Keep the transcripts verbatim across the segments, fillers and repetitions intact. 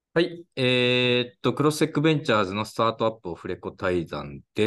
はい。えーっと、クロスセックベンチャーズのスタートアップオフレコ対談です。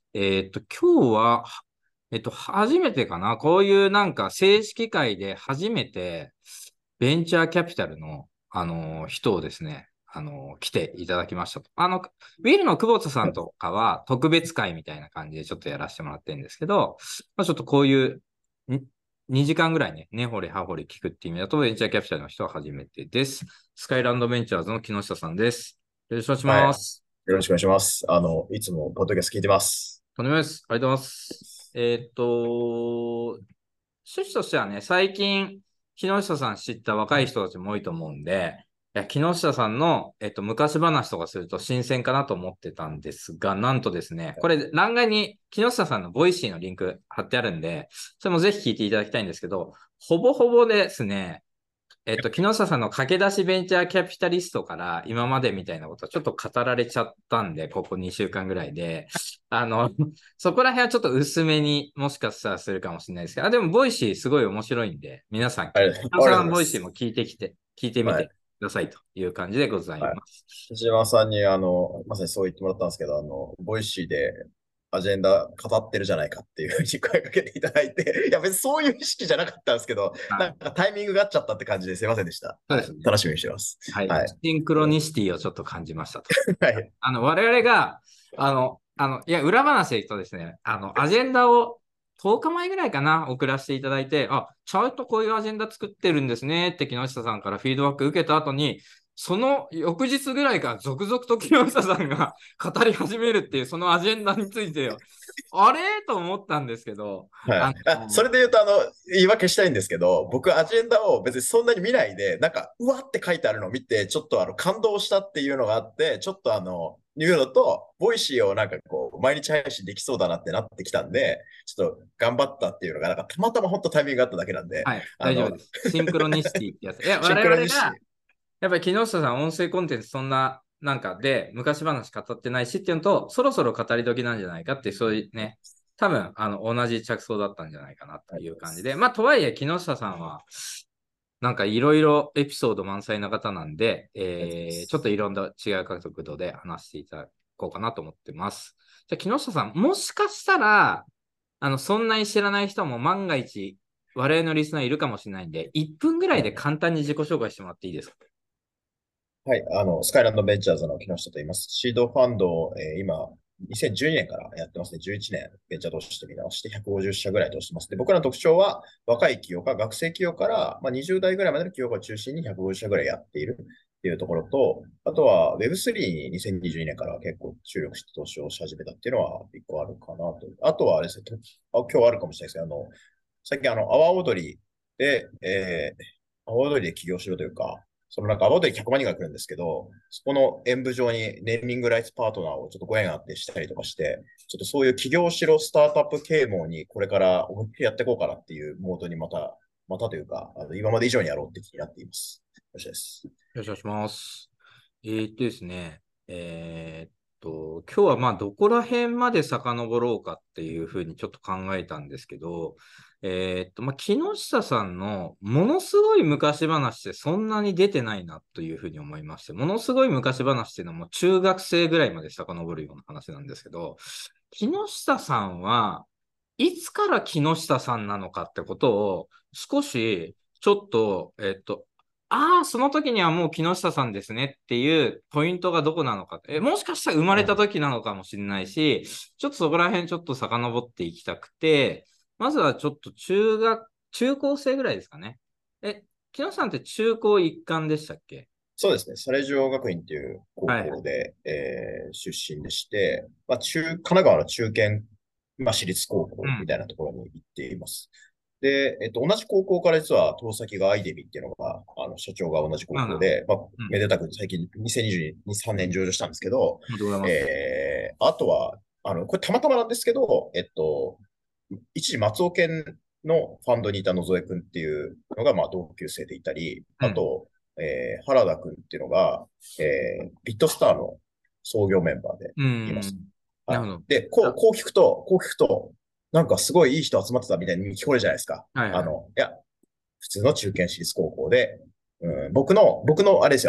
えーっと、今日は、えっと、初めてかな。こういうなんか正式会で初めてベンチャーキャピタルの、あの、人をですね、あの、来ていただきましたと。あの、ウィルの久保田さんとかは特別会みたいな感じでちょっとやらせてもらってるんですけど、まあ、ちょっとこういう、んにじかんぐらいね、根掘り葉掘り聞くっていう意味だと、ベンチャーキャピタルの人は初めてです。スカイランドベンチャーズの木下さんです。よろしくお願いしはい。よます。 ろしくお願いします。あの、いつもポッドキャスト聞いてます。 とんでもないです。ありがとうございます。えーっと、趣旨としてはね、最近、木下さん知った若い人たちも多いと思うんで、いや木下さんの、えっと、昔話とかすると新鮮かなと思ってたんですが、なんとですね、これ、欄外に木下さんのボイシーのリンク貼ってあるんで、それもぜひ聞いていただきたいんですけど、ほぼほぼですね、えっと、木下さんの駆け出しベンチャーキャピタリストから今までみたいなことはちょっと語られちゃったんで、ここにしゅうかんぐらいで、あの、そこら辺はちょっと薄めにもしかしたらするかもしれないですけど、あ、でもボイシーすごい面白いんで、皆さんき、 ありがとう、 木下さんのありがとうございます。 ボイシーも聞いてきて、聞いてみてはい。 くださいという感じでございはい。 ます。 木島さんに、あの、まさにそう言ってもらったんですけど、あの、ボイシーでアジェンダ語ってるじゃないかっていうふうに声かけていただいて、いや、別にそういう意識じゃなかったんですけど、 はい。 なんかタイミングが合っちゃったって感じですいませんでした。はい。 そうですね。 楽しみにしてます。 はい。 はい。 シンクロニシティをちょっと感じましたと。 はい。 あの、我々が、あの、あの、いや、裏話で言うとですね、あの、アジェンダをとおかまえぐらいかな、送らせていただいて、あ、ちゃんとこういうアジェンダ作ってるんですねって木下さんからフィードバック受けた後に、その翌日ぐらいから続々と木下さんが語り始めるっていう、そのアジェンダについてよ、あれと思ったんですけど、あはい。あ、その、 れで言うと、あの、言い訳したいんですけど、僕、アジェンダを別にそんなに見ないで、なんか、うわって書いてあるのを見て、ちょっとあの、感動したっていうのがあって、ちょっとあの、いうのと、ボイシーをなんかこう、毎日配信できそうだなってなってきたんで、ちょっと頑張ったっていうのが、なんかたまたま本当タイミングがあっただけなんで、 はい、 あの、 大丈夫です。シンクロニシティってやつ。いや、我シンクロ 々がニシテやっぱり木下さん、音声コンテンツそんな、なんかで、昔話語ってないしっていうのと、そろそろ語り時なんじゃないかっていう、そういうね、多分、あの、同じ着想だったんじゃないかなという感じで、まあ、とはいえ、木下さんは、なんかいろいろエピソード満載な方なんで、えー、ちょっといろんな違う角度で話していただこうかなと思ってます。じゃあ、木下さん、もしかしたら、あの、そんなに知らない人も万が一、我々のリスナーいるかもしれないんで、いっぷんぐらいでィ。 簡単に自己紹介してもらっていいですか？ はい、あの、スカイランドベンチャーズの木下と言います。シードファンドを、えー今、にせんじゅうにねんからやってますね。じゅういちねんベンチャー投資してみ直してひゃくごじゅっ社ぐらい投資してます。で、僕らの特徴は若い企業家、学生企業から、まあ、にじゅう代ぐらいまでの企業家を中心にひゃくごじゅっ社ぐらいやっているっていうところと、あとは ウェブスリー ににせんにじゅうにねんから結構注力して投資をし始めたっていうのは一個あるかなと。あとはあれですね、とあ今日あるかもしれないですけど、あの、最近あの、阿波踊りで、えー、阿波踊りで起業しろというか、そのなんか、アバウトにひゃくまん人が来るんですけど、そこの演舞場にネーミングライツパートナーをちょっとご縁あってしたりとかして、ちょっとそういう起業しろスタートアップ啓蒙にこれから思いっきりやっていこうかなっていうモードにまた、またというか、あの今まで以上にやろうって気になっています。よろしいです。 よろしくお願いします。えーっとですね、えーっと、今日はまあどこら辺まで遡ろうかっていうふうにちょっと考えたんですけど、えーっと、まあ木下さんのものすごい昔話ってそんなに出てないなというふうに思いまして、ものすごい昔話っていうのはもう中学生ぐらいまで遡るような話なんですけど、木下さんはいつから木下さんなのかってことを少しちょっと、えっと、ああ、その時にはもう木下さんですねっていうポイントがどこなのか。え、もしかしたら生まれた時なのかもしれないし、ちょっとそこら辺ちょっと遡っていきたくて、まずはちょっと中学、中高生ぐらいですかね。え、木下さんって中高一貫でしたっけ？ そうですね。サレジオ学院っていう高はいはい。 校で、えー出身でして、まあ、中、神奈川の中堅、まあ、私立高うん。 校みたいなところに行っています。で、えっと、同じ高校から実は、遠先がアイデミっていうのが、あの、社長が同じ高なんだ。 校で、まあ、 うん。 めでたく最近にせんにじゅうに、さんねん上場したんですけど、 ありがとうございます。 えー、あとは、あの、これたまたまなんですけど、えっと、一時松尾県のファンドにいた野添君っていうのが、まあ、同級生でいたり、 うん。 あと、えー、原田君っていうのが、えー、ビットスターの創業メンバーでういます。 ん。なはい。 るほど。 で、こう、 あ、 こう聞くと、こう聞くと、なんかすごいいい人集まってたみたいに聞こえるじゃないですか。 はいはい。 あの、いや、普通の中堅私立高校で、うん、僕の、僕の、あれですよ、あの、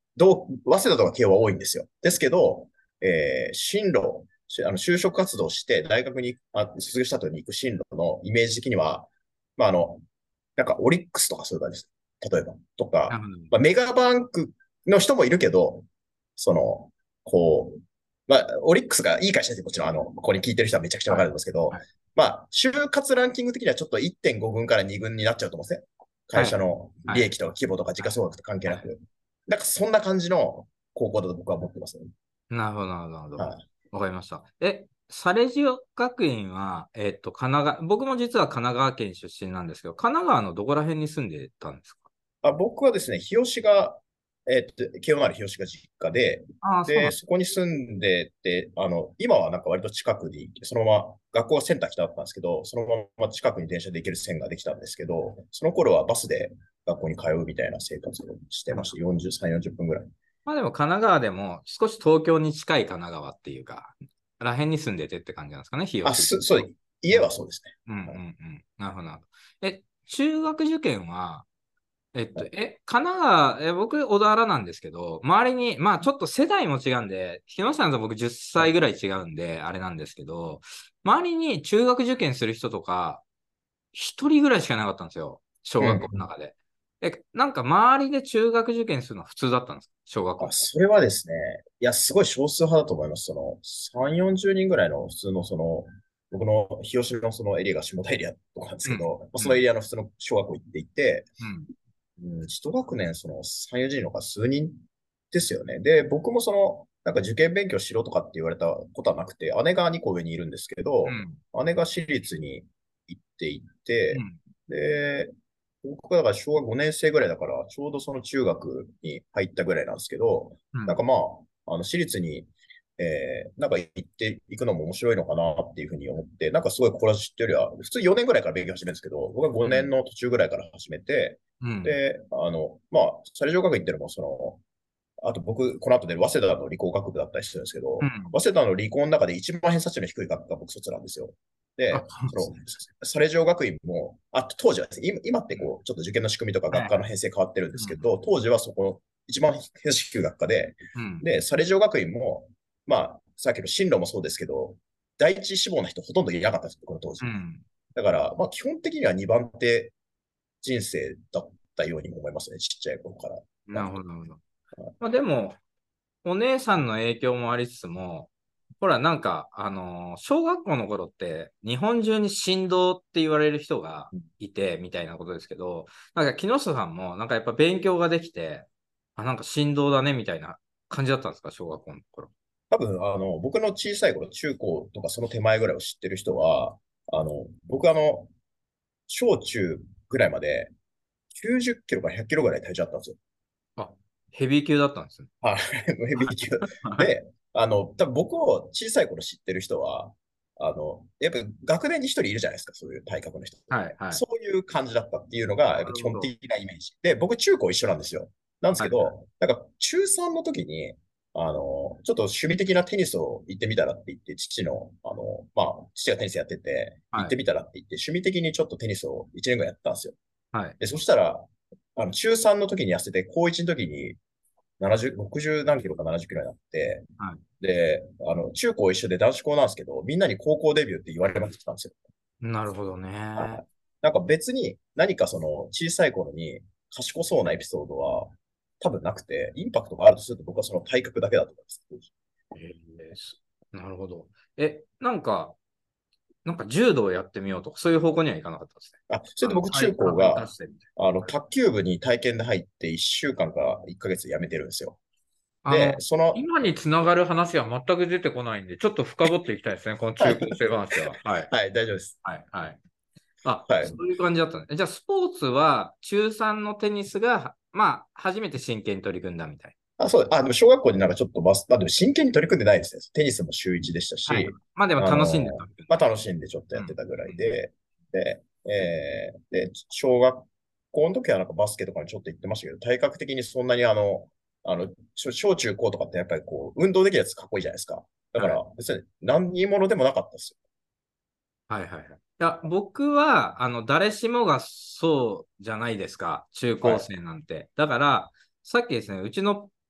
どう、早稲田とか慶応は多いんですよ。ですけど、えー進路、しあの就職活動して大学にあ卒業した後に行く進路のイメージ的には、まあ、あの、なんかオリックスとかそういう感じです。例えば。とか、 なるほど。 まあ、メガバンクの人もいるけど、その、こう、まあ、オリックスがいい会社ですよ。こっちの、あの、ここに聞いてる人はめちゃくちゃわかはい。 るんですけど、 はい。 まあ、就活ランキング的にはちょっといってんご軍からに軍になっちゃうと思うんですね。 はい。 会社のはい。 利益とか規模とか時価総額と関係はい。 なく。なんかそんな感じの高校だと僕は思ってますね。 なるほど、なるほど。なるほど。 はい。 わかりました。え、サレジオ学院は、えっと、神奈川、僕も実は神奈川県出身なんですけど、神奈川のどこら辺に住んでたんですか？ あ、僕はですね、日吉が、えっと、慶応のある日吉が実家で、 ああ、そうなで、 ん。 そこに住んでて、あの、今はなんか割と近くに、そのまま、学校がセンター北だったんですけど、そのまま近くに電車で行ける線ができたんですけど、その頃はバスで学校に通うみたいな生活をしてました。よんじゅうさん、よんじゅっぷんぐらい。 まあでも神奈川でも少し東京に近い神奈川っていうか、ら辺に住んでてって感じなんですかね、日あ、 吉。 す、そう、 うん。 家はそうですね。 うんうんうはい。 ん。なるほど、なるほど。え、中学受験は、えっと、 はい。 え、神奈川、え、僕、小田原なんですけど、周りに、まあちょっと世代も違うんで、木下さんと僕じゅっさいぐらい違うんで、あれなんですけど、周りに中学受験する人とか、一人ぐらいしかいなかったんですよ。小学うん。 校の中で。え、なんか周りで中学受験するのは普通だったんですか？小学校あ、 の。 それはですね、いや、すごい少数派だと思います。その、さん、よんじゅうにんぐらいの普通のその、僕の日吉のそのエリアが下田エリアとかなんですうん。 けど、まあそのエうん。 リアの普通の小学校行っていて、 うん。 うん、一学年そのさん、よんじゅうにんのが数人ですよね。で、僕もその、なんか受験勉強しろとかって言われたことはなくて、姉がにこ上にいるんですけど、 うん。 姉が私立に行っていて、 うん。 で、僕がだから小学ごねん生ぐらいだから、ちょうどその中学に入ったぐらいなんですけど、 うん。 なんかまあ、あの、私立に、えー、なんか行っていくのも面白いのかなっていうふうに思って、なんかすごいこれっていうよりは、普通よねんぐらいから勉強始めるんですけど、僕はごねんの途中ぐらいから始めて、 うん。 で、あの、まあ、サレ女学院っていうのも、その、あと僕、この後で早稲田の理工学部だったりするんですけど、 うん。 早稲田の理工の中で一番偏差値の低い学科が僕卒なんですよ。 あ、 で、その、 そうですね。 サレ女学院も、あと当時はですね、今今ってこう、ちょっと受験の仕組みとかはい。 学科の編成変わってるんでうん。 すけど、当時はそこの一番偏差値低い学科で、 うん。 で、サレ女学院も、まあ、さっきの進路もそうですけど、第一志望の人ほとんどいなかったんですよ、この当時。 うん。 だから、まあ、基本的にはにばん手人生だったようにも思いますね、ちっちゃい頃からなると。 なるほど、なるほど。まあでも、お姉さんの影響もありつつも、ほら、なんか、あのー小学校の頃って、日本中に神童って言われる人がいて、みたいなことですけど、なんか木下さんも、なんかやっぱ勉強ができて、あ、なんか神童だね、みたいな感じだったんですか、小学校の頃。 多分、あの、僕の小さい頃、中高とかその手前ぐらいを知ってる人は、あの、僕あの、小中ぐらいまできゅうじゅっキロからひゃっキロぐらい体重あったんですよ。 あ、ヘビー級だったんですね。 はい。ヘビー級。 はい。 で、あの、多分僕を小さい頃知ってる人は、あの、やっぱ学年に一人いるじゃないですか、そういう体格の人って。 はい、はい。 そういう感じだったっていうのが、やっぱ基なるほど。 本的なイメージ。で、僕中高一緒なんですよ。なんですはい、 けど、なんか中さんの時に、あの、ちょっと趣味的なテニスを行ってみたらって言って、父の、あの、まあ、父がテニスやってて、行はい、 ってみたらって言って、趣味的にちょっとテニスをいちねんぐらいやったんですよ。 はい。 で、そしたら、あの、中さんの時に痩せて、高いちの時にななじゅう、ろくじゅう何キロかななじゅっキロになって、 はい。 で、あの、中高一緒で男子校なんですけど、みんなに高校デビューって言われましたんですよ。 なるほどね。 はい。なんか別に何かその小さい頃に賢そうなエピソードは多分なくて、インパクトがあるとすると僕はその体格だけだと思います。 えーすなるほど。え、なんか、なんか柔道をやってみようとか、そういう方向にはいかなかったですね。 あ、それあの、 で僕中体格生か高が、 してみたいあの、卓球部に体験で入っていっしゅうかんかんからいっかげつ辞めてるんですよ。 な。あで、 の、 その、 今につながる話は全く出てこないんで、ちょっと深掘っていきたいですね。このはい、 中高生話は。はい。 はい、大丈夫です。 はい。はい。あ、 はい。 そういう感じだったね。じゃあ、スポーツは、中さんのテニスが、まあ、初めて真剣に取り組んだみたい。 あ、そう、あ、でも小学校でなんかちょっとバス、まあでも真剣に取り組んでないですね。テニスも週いちでしたはい。 し、 まあ、でもあ楽しんでの、 取り組んだ。 まあ楽しんでちょっとやうん。 ってたぐらうん。 いで、で、えー、で、小学校の時はなんかバスケとかにちょっと行ってましたけど、体格的にそんなにあの、あの、小小中高とかってやっぱりこう、運動できるやつかっこいいじゃないですか。だかはい。 ら、別に何にものでもなかったですはいはいはい。いや、僕は、あの、誰しもがそうじゃないですか。中よ。はい。 高生なんて。だから、さっきですね、うちの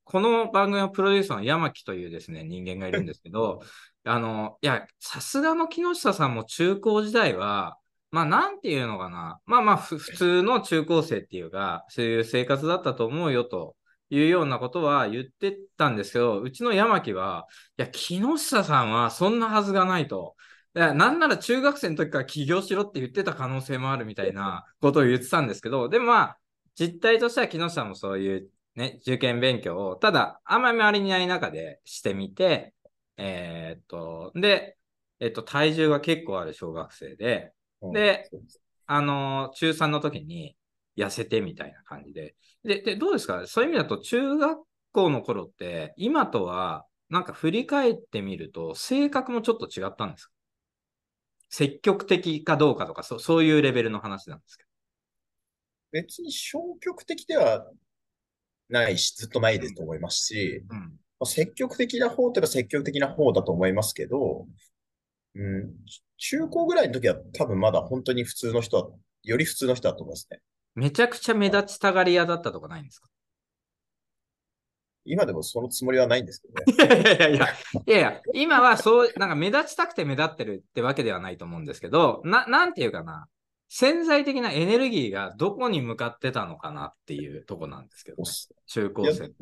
この番組をプロデューサーの山木というですね、人間がいるんですけど、あの、いや、さすがの木下さんも中高時代は、まあ、なんていうのかな。まあまあ、ふ普通の中高生っていうか、そういう生活だったと思うよというようなことは言ってたんですけど、うちの山木は、いや、木下さんはそんなはずがないと。いや、なんなら中学生の時から起業しろって言ってた可能性もあるみたいなことを言ってたんですけど、でもまあ、実態としては木下もそういうね、受験勉強を、ただ、あんまり周りにいない中でしてみて、えーっと、で、えっと、体重が結構ある小学生で、 うん、 で、 そうです。 あの、中さんの時に痩せてみたいな感じで。で、で、どうですか？そういう意味だと、中学校の頃って、今とは、なんか振り返ってみると、性格もちょっと違ったんですか？積極的かどうかとか、そ、そういうレベルの話なんですけ別に消極的ではないし、ずっとないど。 ですと思いますし、 うん。うん。 まあ、積極的な方といえば積極的な方だと思いますけど、うん、中高ぐらいの時は多分まだ本当に普通の人は、より普通の人だと思いますね。 めちゃくちゃ目立ちたがり屋だったとかないんですか？ 今でもそのつもりはないんですけどね。 いやいやいやいや、いやいや、今はそう、なんか目立ちたくて目立ってるってわけではないと思うんですけど、な、なんていうかな、潜在的なエネルギーがどこに向かってたのかなっていうとこなんですけどね。 そうっす。いや、 中高生。 うん、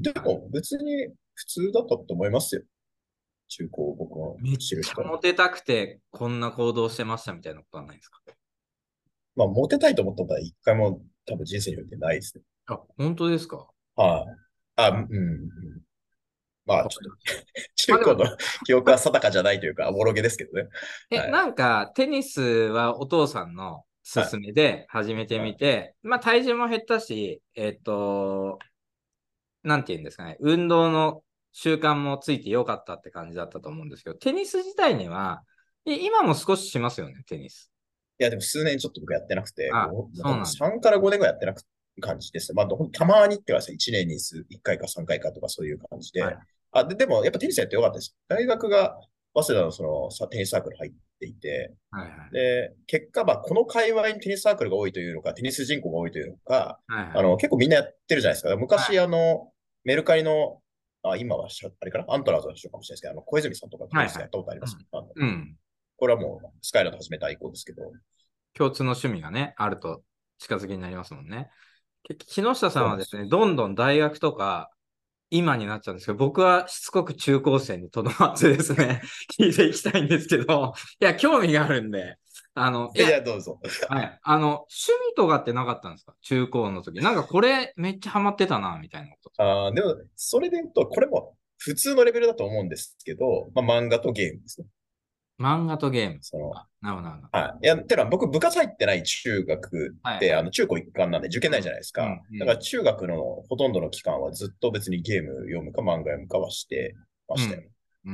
ではい。 も別に普通だったと思いますよ。中高僕のめっちゃ知る人は。 モテたくてこんな行動してましたみたいなことはないですか？ まあ、モテたいと思ったことは一回も多分人生においてないですね。 あ、本当ですか？ はい。あ、うん、うん。まあ、ちょっとわかります。まあでも、 中高の記憶は定かじゃないというか、おぼろげですけどね。 え、 はい。 なんか、テニスはお父さんのはい。 勧めで始めてはい。 みて、まあ体重も減ったし、えっと、なんて言うんですかね、運動の習慣もついてよかったって感じだったと思うんですけど、テニス自体には、い今も少ししますよね、テニス。 いや、でも数年ちょっと僕やってなくて、 あ、 ごもう多分そうなんだ。 さんからごねんぐらいやってなく感じです。まあ、ほんたまにってかいちねんに数いっかいかさんかいかとかそういう感じはい。 で。あ、で、でもやっぱテニスやってよかったです。大学が早稲田のそのさテニスサークル入っていて、 はいはい。 で、結果、まあ、この界隈にテニスサークルが多いというのか、テニス人口が多いというのか、 はいはい。 あの、結構みんなやってるじゃないですか。昔、 はい。 あの、メルカリの、あ、今はしゃ、あれかな、アントラーズの人かもしれないですけど、あの、小泉さんとかテニスやっはいはい。 たことあります。あの、 うん。うん。 これはもう、スカイランド始めた以降ですけど、 共通の趣味がね、あると近づきになりますもんね。け木下さそうなんですよ。 んはですね、どんどん大学とか、今になっちゃうんですけど、僕はしつこく中高生にとどまってですね、聞いていきたいんですけど、いや、興味があるんで、あの、いや、 いや、どうぞ。 はい。あの、趣味とかってなかったんですか？中高の時。なんかこれめっちゃハマってたな、みたいなこと。 あーでも、それで言うと、これも普通のレベルだと思うんですけど、まあ、漫画とゲームですね。 漫画とゲーム。 その、 あ、なるほど、なるほど。 はい。いや、てのは僕部活入ってない中学で、 はいはい。 あの、中高一貫なんで受験ないじゃないですうん、うか。 ん、うん。 だから中学のほとんどの期間はずっと別にゲーム読むか漫画読むかはしてましたよ。 うん。うん。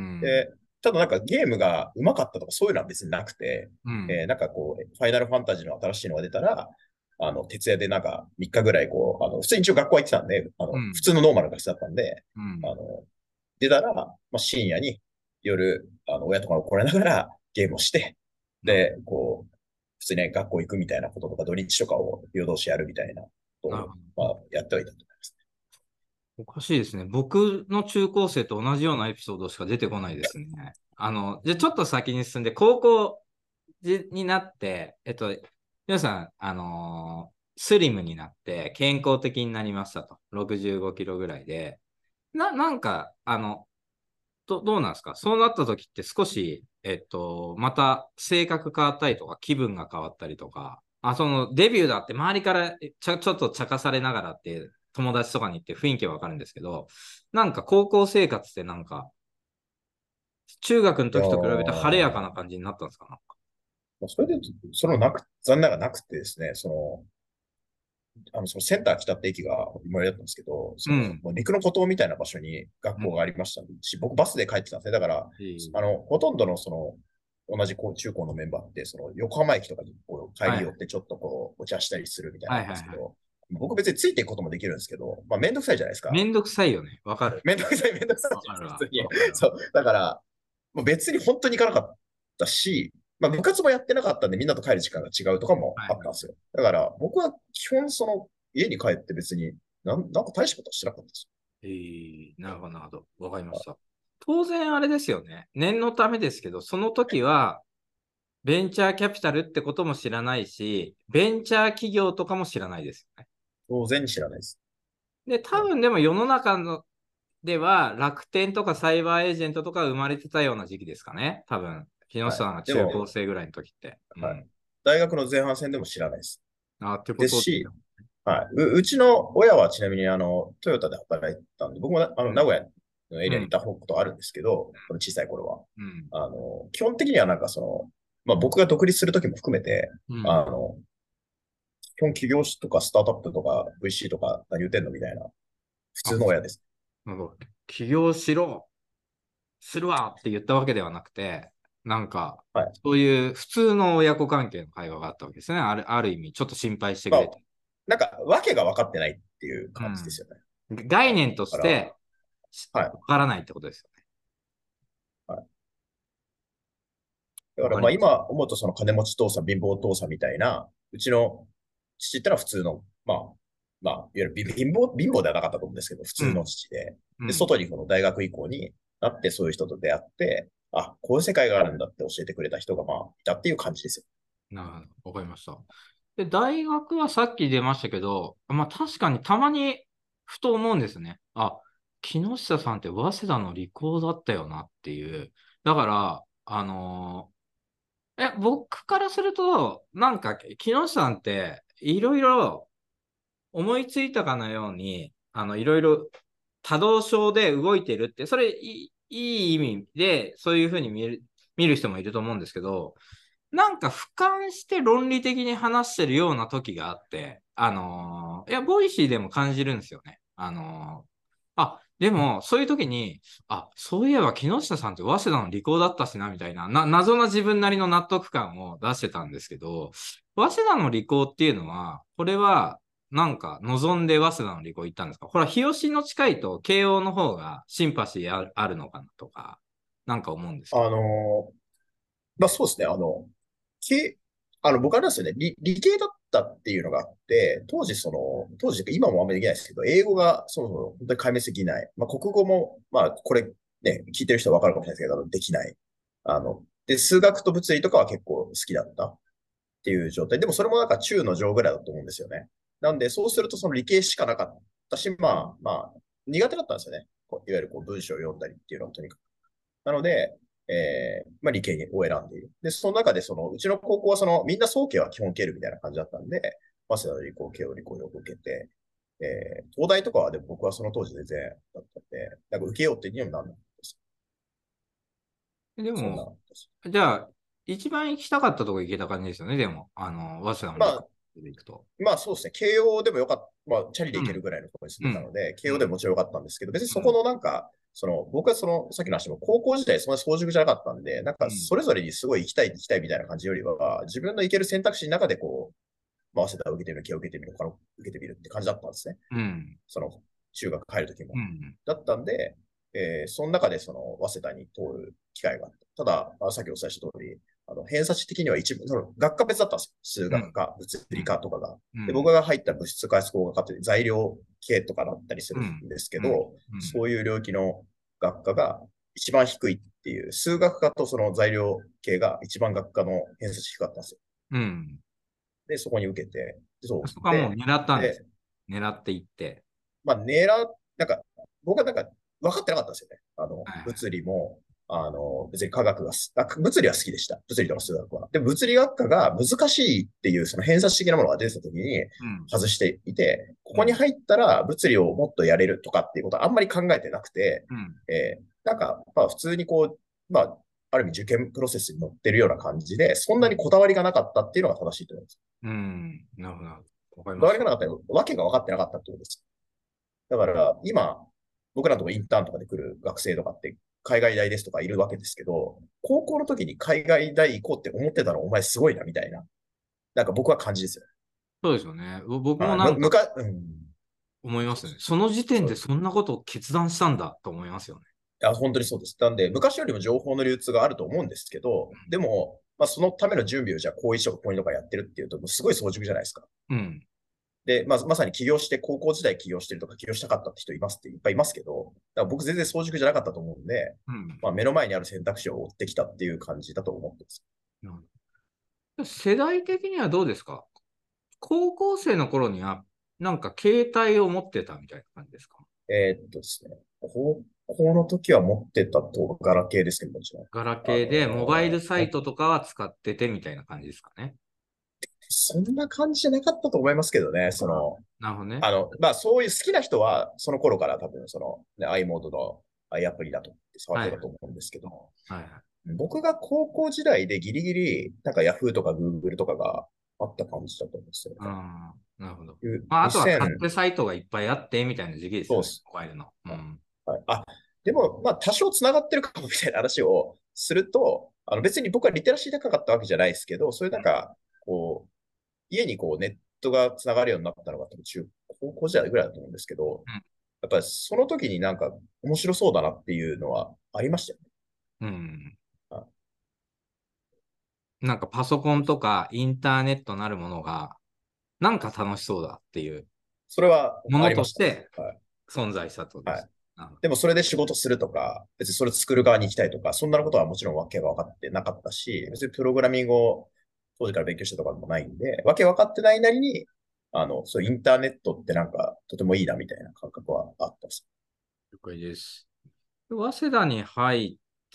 で、ただなんかゲームが上手かったとかそういうのは別になくて、 うん。 えーなんかこう、ファイナルファンタジーの新しいのが出たら、あの、徹夜でなんかみっかぐらいこう、あの、普通に一応学校は行ってたんで、あの、普うん。 通のノーマルな学生だったんで、 うん。 あの、出たら、まあ、深夜に夜、あの、親とかに怒られながらゲームをして、 な、 で、こう、普通に学校行くみたいなこととか、土日とかを夜通しやるみたいなことを、 なるほど。 まあ、やってはいたと思います。 おかしいですね。僕の中高生と同じようなエピソードしか出てこないですね。あの、じゃあちょっと先に進んで、高校じになって、えっと、皆さん、あのースリムになって健康的になりましたと。ろくじゅうごキロぐらいで。な、なんか、あの、ど、どうなんですか？そうなった時って少し、えっと、また性格変わったりとか、気分が変わったりとか、あ、そのデビューだって周りからちょ、ちょっと茶化されながらって友達とかに言って雰囲気はわかるんですけど、なんか高校生活ってなんか、中学のいや時と比べて晴れやかなー、 感じになったんですか？ まあそれで言うと、そのなく、残念ながらなくてですね、その、あの、そのセンター北って駅が今までだったんですけど、その、 うん。 もう陸の孤島みたいな場所に学うん。 校がありましたし、僕バスで帰ってたんですね。だから、 えーあの、ほとんどのその、同じこう中高のメンバーって、その横浜駅とかにこう帰り寄っはい。 てちょっとこうお茶したりするみたいなはいはいはい。 んですけど、僕別についていくこともできるんですけど、まあめんどくさいじゃないですか。 めんどくさいよね。わかる。 めんどくさいめんどくさいじゃないですか、 わかるわ。 普通に。 わかるわ。 そう。だから、もう別に本当に行かなかったし、まあ部活もやってなかったんでみんなと帰る時間が違うとかもはいはい。 あったんですよ。だから僕は基本その家に帰って別になんなんか大したことはしてなかったです。 えー、なるほど、なるほど。わかりました。当然あれですよね。念のためですけど、その時は、ベンチャーキャピタルってことも知らないし、ベンチャー企業とかも知らないですよね。 当然知らないです。 で、多ね、 分でも世の中のでは、楽天とかサイバーエージェントとか生まれてたような時期ですかね。多分、木下はい。 さんが中高でも、 生ぐらいの時って。うはい。 ん。 大学の前半戦でも知らないです。 あ、ってことですよ。 ですし、はい。う、うちの親はちなみに、あの、トヨタで働いてたんで、僕もなあの、名うん。 古屋のエリアにいうん。 たことあるんですけど、この小さい頃は。 うん。 あの、基本的にはなんかその、まあ僕が独立するときも含めて、 うん。 あの、基本企業とかスタートアップとか ブイシー とか何言ってんのみたいな、普あ、 通の親です。 なんか、起業しろ、するわって言ったわけではなくて、なんか、 はい。 そういう普通の親子関係の会話があったわけですね。ある、ある意味、ちょっと心配してくまあ、 れて。 なんか、わけが分かってないっていううん。 感じですよね。 概念とだから、 して、 はい。 わからないってことですよね。 はい。だから、 わかります。 まあ今思うとその金持ち父さん、貧乏父さんみたいな、うちの父ってのは普通の、まあ、まあ、いわゆる貧乏、貧乏ではなかったと思うんですけど、普通のうん。 父で、で、 うん。 外にこの大学以降になってそういう人と出会って、あ、こういう世界があるんだって教えてくれた人がまあ、いたっていう感じですよ。 なるほど。わかりました。で、大学はさっき出ましたけど、まあ確かにたまにふと思うんですね。あ、木下さんって早稲田の理工だったよなっていう。だから、あのーえ、僕からすると、なんか木下さんっていろいろ思いついたかのように、あの、いろいろ多動症で動いてるって、それいい、いい意味でそういうふうに見える、見る人もいると思うんですけど、なんか俯瞰して論理的に話してるような時があって、あのーいや、ボイシーでも感じるんですよね。あのーあ、でも、そういう時に、あ、そういえば木下さんって早稲田の理工だったしな、みたいな、な、謎な自分なりの納得感を出してたんですけど、早稲田の理工っていうのは、これは、なんか、望んで早稲田の理工行ったんですか？ほら、日吉の近いと慶応の方がシンパシーああるのかなとか、なんか思うんですけど。 あのーまあそうですね。あの、け、あの、僕あれなんですよね。理、理系だったっていうのがあって、当時その、当時、今もあんまりできないですけど、英語がそもそも本当に壊滅できない。まあ国語も、まあこれね、聞いてる人はわかるかもしれないですけど、できない。あの、で、数学と物理とかは結構好きだったっていう状態。でもそれもなんか中の上ぐらいだと思うんですよね。なんで、そうするとその理系しかなかったし、まあ、まあ、苦手だったんですよね。こういわゆるこう文章を読んだりっていうのはとにかく。なので、えー、まあ理系を選んでいる。で、その中でその、うちの高校はその、みんな総計は基本受けるみたいな感じだったんで、早稲田の理工系を理工よく受けて、えー、東大とかはでも僕はその当時全然だったんで、なんか受けようっていうにもなんないです。 でも、 そんなです。 じゃあ、一番行きたかったとこ行けた感じですよね、でも。あの、早稲田の理工まあ、 で行くと。 まあそうですね。慶応でもよかった。まあ、チャリで行けるうん、 ぐらいのところに住うん、 んでたので、慶うん、 応でももちろんよかったんですけど、別にそこうん、 のなんか、その、僕はその、さっきの話も高校時代そんな早熟じゃなかったんで、なんかうん、 それぞれにすごい行きたい行きたいみたいな感じよりは、自分の行ける選択肢の中でこう、まあ、早稲田を受けてみる、慶応を受けてみる、他の受けてみるって感じだったんですね。 うん、 その、中学入るときも。 うん、 だったんで、えー、その中でその、早稲田に通る機会があった。ただ、あさっきお伝えした通り、あの、偏差値的には一部、その、学科別だったんですよ。数うん、 学科、物理科とかが。で、僕うん、 が入った物質開発工学科って材料系とかだったりするうん、 んですけうん、 ど、そういう領域の学科が一番低いっていう、数学科とその材料系が一番学科の偏差値低かったんですよ。 うん。 で、そこに受けて、そう。 そこはもうで、 狙ったんです。 で、 狙っていって。 まあ、狙っ、なんか、僕はなんか、分かってなかったんですよね。あの、 はいはい。 物理も、あの、別に科学がす、あ、物理は好きでした。物理とか数学は。で、物理学科が難しいっていう、その偏差値的なものが出てた時にうん、 外していて、こうん、 こに入ったら物理をもっとやれるとかっていうことはあんまり考えてなくて、 うん、 えーなんか、まあ普通にこう、まあ、ある意味受験プロセスに乗ってるような感じで、そんなにこだわりがなかったっていうのが正しいと思います。 うん、なるほど。わかりこだました。 わりがなかったら、わけが分かってなかったってことです。だから、今、僕らのとこインターンとかで来る学生とかって海外大ですとかいるわけですけど、高校の時に海外大行こうって思ってたのお前すごいなみたいな。なんか僕は感じですよ。 そうですよね。ぼ僕もはい。む、 なんかむか、うん。 思いますね。 そうそう。 その時点そうです。 でそんなことを決断したんだと思いますよね。 いや、本当にそうです。なんで、昔よりも情報の流通があると思うんですけど、でも、まあ、そのための準備をじゃあ、後遺症、こういうのがやってるっていうと、もうすごい早熟じゃないですか。 うん。 で、まあ、まさに起業して、高校時代起業してるとか起業したかったって人いますっていっぱいいますけど、だから僕全然早熟じゃなかったと思うんで、 うん。 まあ、目の前にある選択肢を追ってきたっていう感じだと思ってます。 うん、世代的にはどうですか？高校生の頃には、なんか携帯を持ってたみたいな感じですか？ えーっとですね、高校の時は持ってたと、ガラケーですけど、もちろん。 ガラあケーで、モバイルのーサイトとかは使っててみたいな感じですかね。 そんな感じじゃなかったと思いますけどね、そあ、 の、 なるほどね。 あの、まあ、そういう好きな人は、その頃から多分、その、ね、i モードの i アプリだとって触っはい。 てたと思うんですけど、 はいはい。 僕が高校時代でギリギリ、なんか Yahoo とか Google とかがあった感じだと思うんですよね。 ああ、なるほど。 いうまあ、あとは勝にせん、 手サイトがいっぱいあって、みたいな時期ですよね。 そうっす。 モバイルの。うん。 はい。あ、でも、まあ、多少繋がってるかもみたいな話をすると、あの別に僕はリテラシー高かったわけじゃないですけど、そういうなんか、こう、家にこうネットが繋がるようになったのが多分中高校時代ぐらいだと思うんですけど、やっぱりその時になんか面白そうだなっていうのはありましたよね。 うん。うん。 あ、 なんかパソコンとかインターネットなるものが、なんか楽しそうだっていうそれはものありました。 としてはい。 存在したってことです。 はい。でもそれで仕事するとか、別にそれ作る側に行きたいとか、そんなことはもちろんわけが分かってなかったし、別にプログラミングを当時から勉強したとかでもないんで、わけ分かってないなりに、あの、そうインターネットってなんかとてもいいなみたいな感覚はあったです。 了解です。早稲田に入って、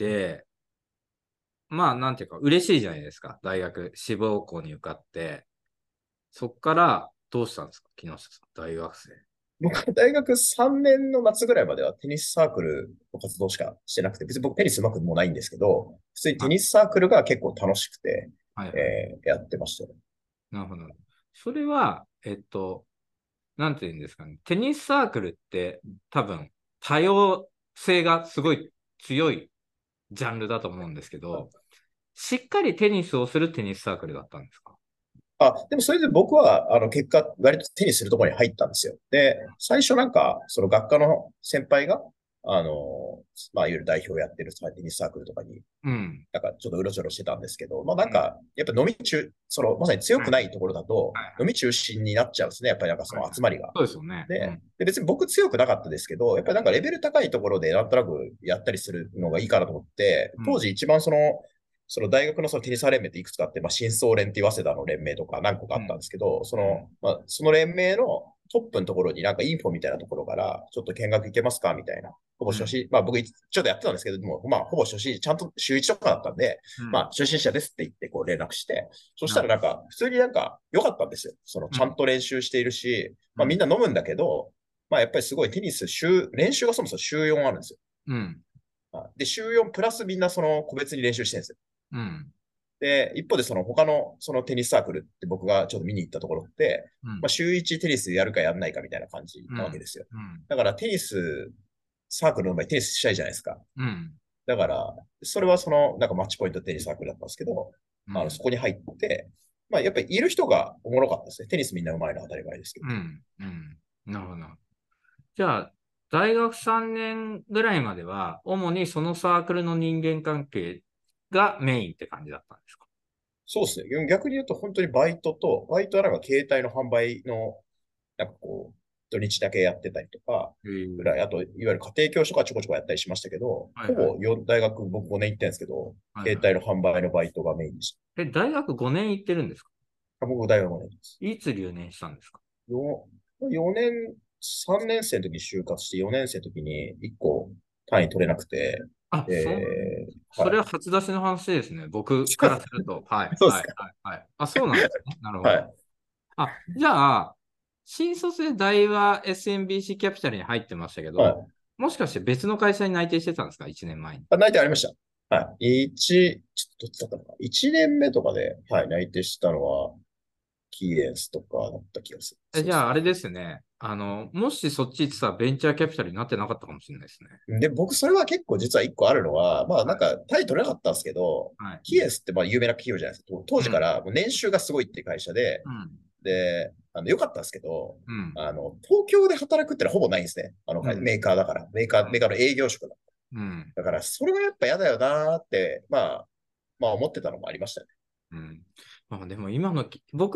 まあ、なんていうか、嬉しいじゃないですか。大学、志望校に受かって。そっから、どうしたんですか木下さん、大学生。 僕は大学さんねんの夏ぐらいまではテニスサークルの活動しかしてなくて、別に僕テニス上手くもないんですけど、普通にテあ、 ニスサークルが結構楽しくて、 はいはい。 えーやってましたね。 なるほど。それは、えっと、なんていうんですかね。テニスサークルって多分多様性がすごい強いジャンルだと思うんですけど、しっかりテニスをするテニスサークルだったんですか？ あ、でもそれで僕は、あの、結果、割とテニスするところに入ったんですよ。で、最初なんか、その学科の先輩が、あの、まあ、いわゆる代表やってるテニスサークルとかに、 うん。 なんかちょっとうろちょろしてたんですけど、まあなんうん。 か、やっぱ飲み中、その、まさに強はい。 くないところだと、 はい。 飲み中心になっちゃうんですね。やっぱりなんかそはい。 の集まりが。 そうですよね。うで、 ん。 で別に僕強くなかったですけど、やっぱりなんかレベル高いところでなんとなくやったりするのがいいかなと思って、 うん。 当時一番その、その大学のそのテニス連盟っていくつかあって、まあ、新総連って早稲田の連盟とか何個かあったんうん。 ですけど、そうん。 の、まあ、その連盟のトップのところになんかインフォみたいなところから、ちょっと見学行けますかみたいな。ほぼうん。 初心、まあ僕ちょっとやってたんですけど、もまあほぼ初心、ちゃんと週いちとかだったんで、 うん。 まあ初心者ですって言ってこう連絡して、そしなるほど。 たらなんか普通になんか良かったんですよ。そのうん。 ちゃんと練習しているし、まあみんうん。 な飲むんだけど、まあやっぱりすごいテニス週、練習がそもそも週よんあるんですよ。 うん。 で、週よんプラスみんなその個別に練習してるんですよ。 うん。 で、一方でその他のそのテニスサークルって僕がちょっと見に行ったところって、まあ、 うん。 週いちテニスやるかやらないかみたいな感じうん。 なわけですよ。 うん。 だからテニス、サークルの場合テニスしたいじゃないですか。 うん。 だから、それはその、なんかマッチポイントテニスサークルだったんですけど、あの、そうん。 こに入って、まあやっぱりいる人がおもろかったですね。テニスみんな上手いのは当たり前ですけど。 うん。うん。なるほど。じゃあ、大学さんねんぐらいまでは、主にそのサークルの人間関係がメインって感じだったんですか？ そうですね。逆に言うと本当にバイトと、バイトはなんか携帯の販売のなんかこう、土日だけやってたりとか、 へえ。 ぐらい、あと、いわゆる家庭教師とかちょこちょこやったりしましたけど、 はいはい。 ほぼよ大学、僕ごねん行ってるんですけど、 はいは携帯の販売のバイトがメインでしい。え、大学ごねん行ってるんですか？ た。僕、大学ごねんです。 いつ留年したんですか？ よ、よねん、さんねん生の時に就活して、よねん生の時にいっこ単位取れなくて、 あ、そう、 えー、 それははい。 初出しの話ですね。僕からすると。はい、はい、 そうですか。 はい、はい。あ、そうなんですね。なるほど。 はい。 あ、じゃあ、新卒で大和 エスエムビーシー キャピタルに入ってましたけど、 はい。 もしかして別の会社に内定してたんですか？ いち 年前に。 あ、内定ありました。はい。一、ちょっとどっちだったのか。一年目とかで、はい、内定したのは、キーエンスとかだった気がする。 え、 そうですね。 じゃあ、あれですね。あの、もしそっち行ってたらベンチャーキャピタルになってなかったかもしれないですね。 で、僕、それは結構実は一個あるのは、まあなんか、タイ取れなかったんですけど、 はい。 キエスってまあ有名な企業じゃないですか。と当うん。 時からもう年収がすごいっていう会社で、 うん。 で、あの、良かったんですけど、 うん。 あの、東京で働くってのはほぼないんですね。あの会、 うん。 メーカーだから。メーカー、メーカーの営業職だ。 うん。 だから、それはやっぱ嫌だよなーって、まあ、まあ思ってたのもありましたね。 うん。まあでも今のき、僕は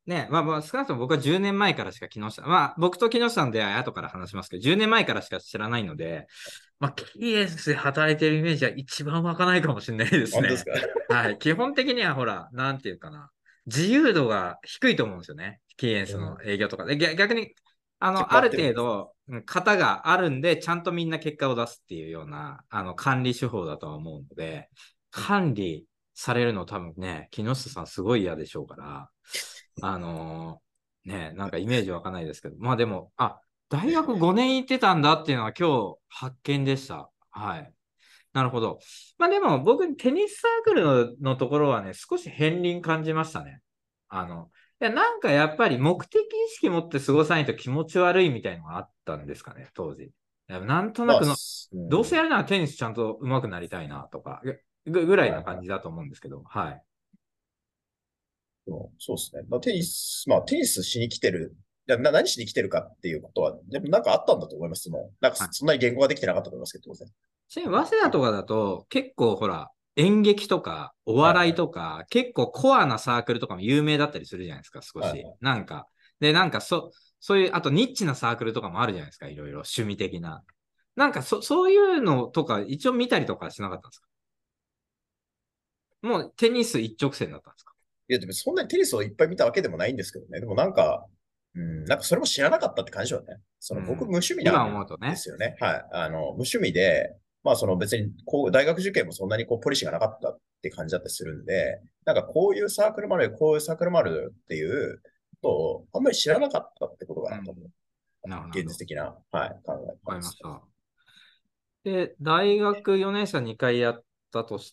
ね、まあまあ、少なくとも僕はじゅうねんまえからしか木下、まあ僕と木下の出会い後から話しますけど、じゅうねんまえからしか知らないので、まあ、キーエンスで働いてるイメージは一番湧かないかもしれないですね。 本当ですか？ はい。基本的にはほら、なんていうかな。自由度が低いと思うんですよね。キーエンスのうん。 営業とかで。逆逆に、あの、 決まあるってるんです。 程度、うん型があるんで、ちゃんとみんな結果を出すっていうような、あの、管理手法だとは思うので、管理されるの多分ね、木下さんすごい嫌でしょうから、あのーね、なんかイメージ湧かないですけど、まあでも、あ、大学ごねん行ってたんだっていうのは今日発見でした。はい。なるほど。まあでも僕、テニスサークルの、のところはね、少し片鱗感じましたね。あの、いや、なんかやっぱり目的意識持って過ごさないと気持ち悪いみたいのがあったんですかね、当時。いやなんとなまあ、 くの、 すうどうせやん。 るならテニスちゃんと上手くなりたいなとか、ぐぐらいなはいはい。 感じだと思うんですけど、はい。 そうそうですね。まあ、テニス、まあ、テニスしに来てる。いやな、何しに来てるかっていうことは、でもなんかあったんだと思います。もう、なんかはい。 そんなに言語ができてなかったと思いますけど、当然。 ちなみに、早稲田とかだと、結構ほら、演劇とか、お笑いはいはい。 とか、結構コアなサークルとかも有名だったりするじゃないですか、少し。 はいはい。 なんか。で、なんか、そ、そういう、あとニッチなサークルとかもあるじゃないですか、いろいろ、趣味的な。なんか、そ、そういうのとか、一応見たりとかしなかったんですか？もう、テニス一直線だったんですか？ いや、でもそんなにテニスをいっぱい見たわけでもないんですけどね。でもなんか、うん、なんかそれも知らなかったって感じだよね。その僕無うん。 趣味な今ん思うとね。 ですよね。はい。あの、無趣味で、まあその別にこう大学受験もそんなにこうポリシーがなかったって感じだったりするんで、なんかこういうサークルもあるよ、こういうサークルもあるよっていうことをあんまり知らなかったってことが多分うん。なるほど、なるほど。 現実的な、はい、考えわか方ですね。 りました。で、大学よねん生にかいやったとして、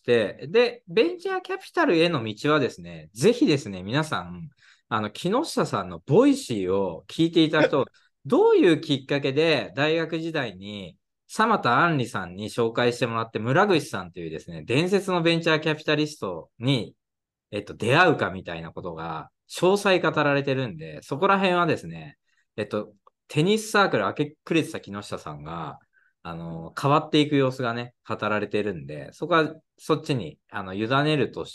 で、ベンチャーキャピタルへの道はですね、ぜひですね、皆さん、あの、木下さんのボイシーを聞いていただくと、どういうきっかけで大学時代に、様田杏里さんに紹介してもらって、村口さんというですね、伝説のベンチャーキャピタリストに、えっと、出会うかみたいなことが、詳細語られてるんで、そこら辺はですね、えっと、テニスサークル明け暮れてた木下さんが、あの、変わっていく様子がね、語られてるんで、そこはそっちに、あの、委ねるとして、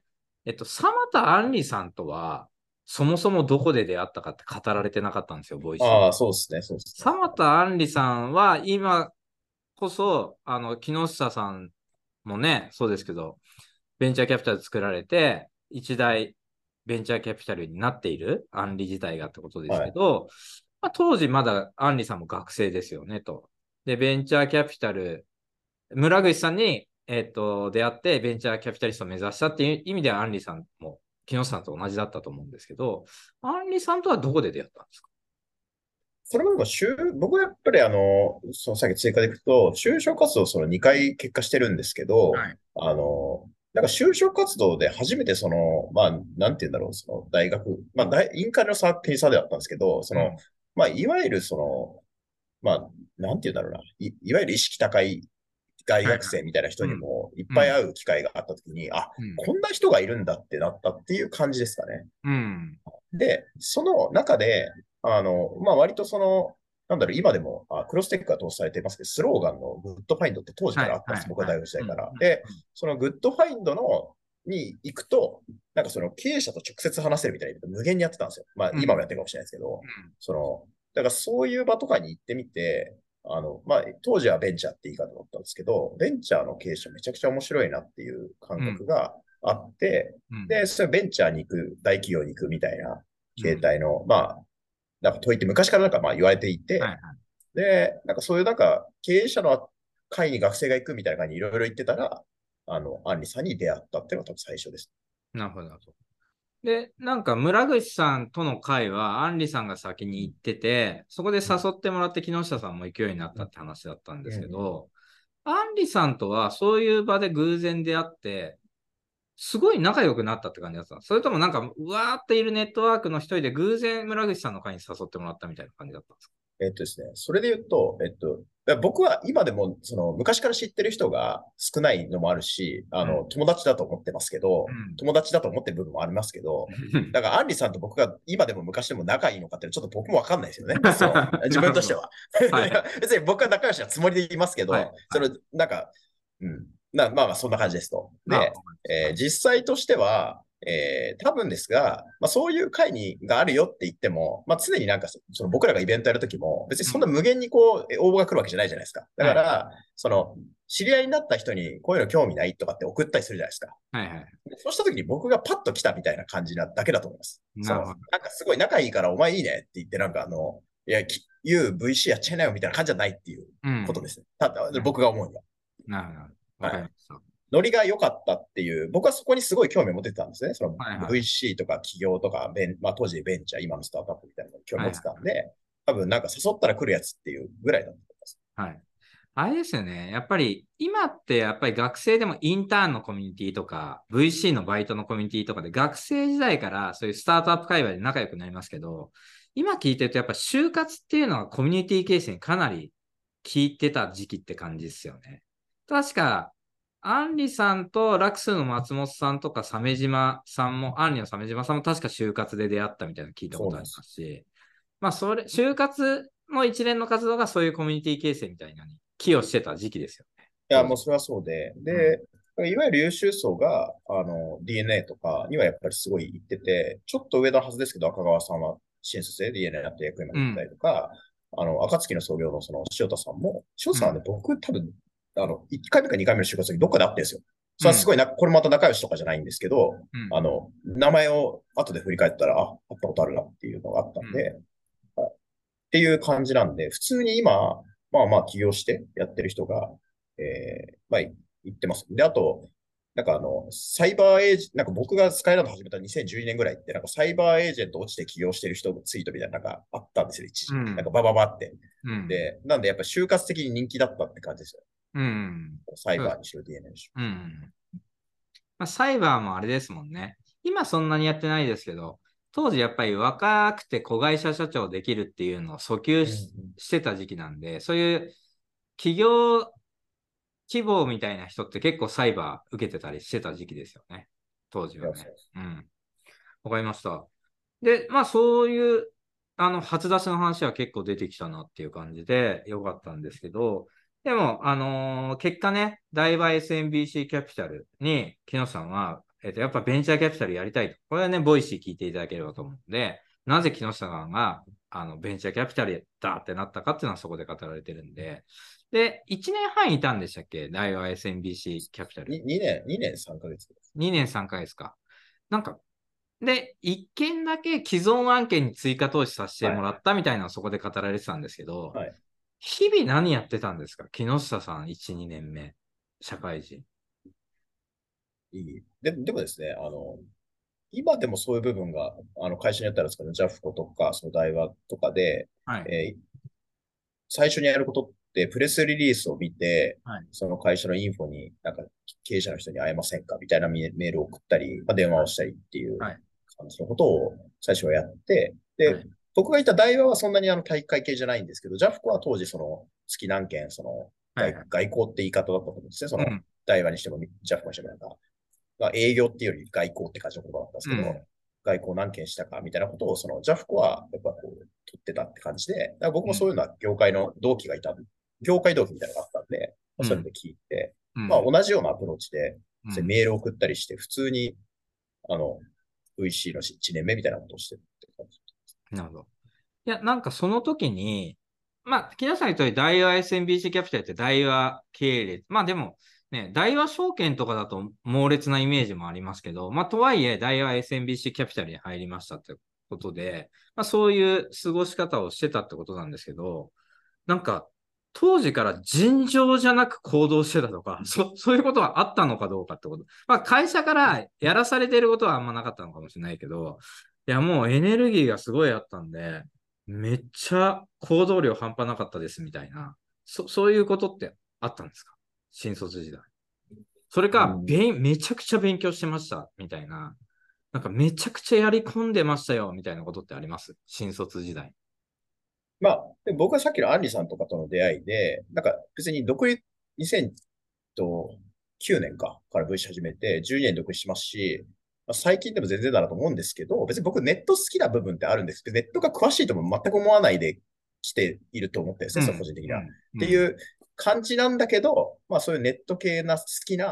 えっと、様田杏里さんとは、そもそもどこで出会ったかって語られてなかったんですよ、ボイシー。 ああ、そうですね、そうですね。 様田杏里さんは、今こそ、あの、木下さんもね、そうですけど、ベンチャーキャピタル作られて、一大ベンチャーキャピタルになっている、アンリ自体がってことですはい。 けど、まあ、当時まだアンリさんも学生ですよね、と。で、ベンチャーキャピタル、村口さんに、えっと、出会ってベンチャーキャピタリストを目指したっていう意味ではアンリさんも木下さんと同じだったと思うんですけど、アンリさんとはどこで出会ったんですか？ それもでも、就僕はやっぱりあの、そのさっき追加でいくと、就職活動そのにかい結果してるんですけど、 はい。 あの、なんか就職活動で初めてその、まあ、なんて言うんだろう、その大学、まあ、大インカレのサーテニサーであったんですけど、その、 うん。 まあ、いわゆるその、まあ、なんて言うんだろうな、い、いわゆる意識高い大はいはい。 学生みたいな人うん。 にもいっうん。 ぱい会う機会があったときに、あ、 うん。 こんな人がいるんだってなったっていう感じですかね。 うん。 で、その中で、あの、まあ、割とその、なんだろう、今でも、あ、クロステックが搭載されていますけど、スローガンのグッドファインドって当時はい、 からあったんです。僕ははい、はい。 大学時うん。 代から。で、 うん。 そのグッドファインドの、に行くと、なんかその経営者と直接話せるみたいな無限にやってたんですよ。まあ、 うん。 今もやってるかもしれないですけど、 うん。 その、だからそういう場とかに行ってみて、あの、まあ、当時はベンチャーって言い方だったんですけど、ベンチャーの経営者めちゃくちゃ面白いなっていう感うん。 覚があって、 うん。 で、それベンチャーに行く、大企業に行くみたいなうん。 形態の、まあ、なんか問いって昔からなんかまあ言われていて、 はいはい。 で、なんかそういうなんか経営者の会に学生が行くみたいな感じにいろいろ言ってたら、あの、アンリさんに出会ったっていうのが多分最初です。 なるほど、なるほど。で、なんか村口さんとの会は、アンリさんが先に行ってて、そこでうん。 誘ってもらって木下さんも行くようになっうん。 たって話だったんですけうん。 ど、アンリさんとはそういう場で偶然出会って、すごい仲良くなったって感じだったの？それともなんか、うわーっているネットワークの一人で偶然村口さんの会に誘ってもらったみたいな感じだったんですか？ えっとですね、それで言うと、えっと、僕は今でも、その、昔から知ってる人が少ないのもあるし、あの、 うん。 友達だと思ってますけど、 うん。 友達だと思ってる部分もありますけど、だから、アンリさんと僕が今でも昔でも仲いいのかってちょっと僕もわかんないですよね。その、自なるほど。 分としては。 はい。 別に僕は仲良しなつもりで言いますけはい。 ど、それ、 はい。 なんか、うん。な、まあまあ、そんな感じですと。 まあ、 で、 わかりました。 えーはい。 実際としては、 えー多分ですが、まあ、そういう会にがあるよって言っても、まあ、常になんかそその僕らがイベントやるときも、別にそんなうん。 無限にこう、え応募が来るわけじゃないじゃないですか。だはい。 から、その、知り合いになった人にこういうの興味ないとかって送ったりするじゃないですか。 はいはい。 そうしたときに僕がパッと来たみたいな感じなだけだと思います。その、 なるほど。 なんかすごい仲いいからお前いいねって言って、なんかあの、いや、き ユーブイシー やっちゃいなよみたいな感じじゃないっていううん。 ことですね。ただ、 うん。 僕が思うには。 なるほど。わはい。 かりました。 ノリが良かったっていう、僕はそこにすごい興味を持ってたんですね。そのはいはい。 ブイシー とか企業とかベン、まあ当時ベンチャー、今のスタートアップみたいなのに興味持ってはいはい。 たんで、多分なんか誘ったら来るやつっていうぐらいだと思います。 はい。あれですよね。やっぱり、今ってやっぱり学生でもインターンのコミュニティとか、ブイシー のバイトのコミュニティとかで、学生時代からそういうスタートアップ界隈で仲良くなりますけど、今聞いてるとやっぱ就活っていうのはコミュニティ形成にかなり効いてた時期って感じですよね。確か、アンリさんとラクスの松本さんとか鮫島さんも、アンリの鮫島さんも確か就活で出会ったみたいなの聞いたことありまそうなんです。 すし、まあ、それ、就活の一連の活動がそういうコミュニティ形成みたいなのに寄与してた時期ですよね、 いや、 当時。 もうそれはそうで、 うん。 で、いわゆる優秀層が、あの、ディーエヌエー とかにはやっぱりすごい行ってて、ちょっと上のはずですけど、赤川さんは新卒で ディーエヌエー やって役員まで行ったうん。 りとか、あの、暁の創業のその塩田さんも、塩田さんはね、 うん。 僕多分、あの、いっかいめかにかいめの就活の時どっかで会ってるんですよ。それはすうん。 ごいな、これまた仲良しとかじゃないんですけど、 うん。 あの、名前を後で振り返ったら、あ、会ったことあるなっていうのがあったうん。 んで、っていう感じなんで、普通に今、まあまあ起業してやってる人が、えー、まあ言ってます。で、あと、なんかあの、サイバーエージ、なんか僕がスカイランド始めたにせんじゅうにねんぐらいって、なんかサイバーエージェント落ちて起業してる人のツイートみたいなのがあったんですよ、一時。なんかうん。 バババって。 うん。 で、なんでやっぱ就活的に人気だったって感じですよ。 うん。 サイそうです。 バーにしろ ディーエヌエー にしろ。 うん。まあ、サイバーもあれですもんね。今そんなにやってないですけど、当時やっぱり若くて子会社社長できるっていうのを訴求うんうし、 ん。 してた時期なんで、そういう企業希望みたいな人って結構サイバー受けてたりしてた時期ですよね。当時いや、そはね。 うです。 うん。わかりました。で、まあそういう、あの、初出しの話は結構出てきたなっていう感じでよかったんですけど、でも、あのー結果ね、大和 エスエムビーシー キャピタルに、木下さんは、えっと、やっぱベンチャーキャピタルやりたいと。これはね、ボイシー聞いていただければと思うんで、なぜ木下さんが、あの、ベンチャーキャピタルだってなったかっていうのはそこで語られてるんで、で、いちねんはんいたんでしたっけ大和 エスエムビーシー キャピタル。 ににねん、にねんさんかげつです。 にねんさんかげつか。なんか、で、一件だけ既存案件に追加投資させてはい。 もらったみたいなのをそこで語られてたんですけど、 はい。 日々何やってたんですか木下さんいち、にねんめ、社会人。 いい。で、でもですね、あの、今でもそういう部分が、あの、会社によったらですかね、ジャフコとか、その大和とかで、 はい。 えー最初にやることって、プレスリリースを見て、 はい。 その会社のインフォに、なんか、経営者の人に会えませんかみたいなメールを送ったり、まあ、電話をしたりっていうはい。 感じのことを最初はやって、で、 はい。 僕がいた大和はそんなにあの体育会系じゃないんですけど、ジャフコは当時その月何件、その外、 はい。 外交って言い方だったと思うんですね。そのうん。 大和にしてもジャフコにしてもなんか、まあ、営業っていうより外交って感じの言葉だったんですけど、 うん。 外交何件したかみたいなことを、そのジャフコはやっぱこう、取ってたって感じで、だから僕うん。 もそういうのは業界の同期がいた、業界同期みたいなのがあったんで、まあ、 うん。 そういうので聞いて、まあうん。 同じようなアプローチで、 うん。 メールを送ったりして、普通に、あの、ブイシー のいちねんめみたいなことをしてるって感じ。 なるほど。いや、なんかその時に、まあ、木下さん言った通り、大和 エスエムビーシー キャピタルって大和系列。まあでも、ね、大和証券とかだと猛烈なイメージもありますけど、まあとはいえ、大和 エスエムビーシー キャピタルに入りましたってことで、まあそういう過ごし方をしてたってことなんですけど、なんか、当時から尋常じゃなく行動してたとか、そ、そういうことはあったのかどうかってこと。まあ会社からやらされてることはあんまなかったのかもしれないけど、いやもうエネルギーがすごいあったんで、めっちゃ行動量半端なかったですみたいな、そ、そういうことってあったんですか新卒時代。それか、 うん。 べん、めちゃくちゃ勉強してましたみたいな、なんかめちゃくちゃやり込んでましたよみたいなことってあります新卒時代。 まあ、で僕はさっきのアンリさんとかとの出会いで、なんか別に独立、にせんきゅうねんかから ブイシー 始めて、じゅうにねん独立しますし、まあ、最近でも全然だなと思うんですけど、別に僕ネット好きな部分ってあるんですけど、ネットが詳しいとも全く思わないで来ていると思ってるんですね、その個うん、 人的には。っうん、うん、 ていう感じなんだけど、まあそういうネット系な好きな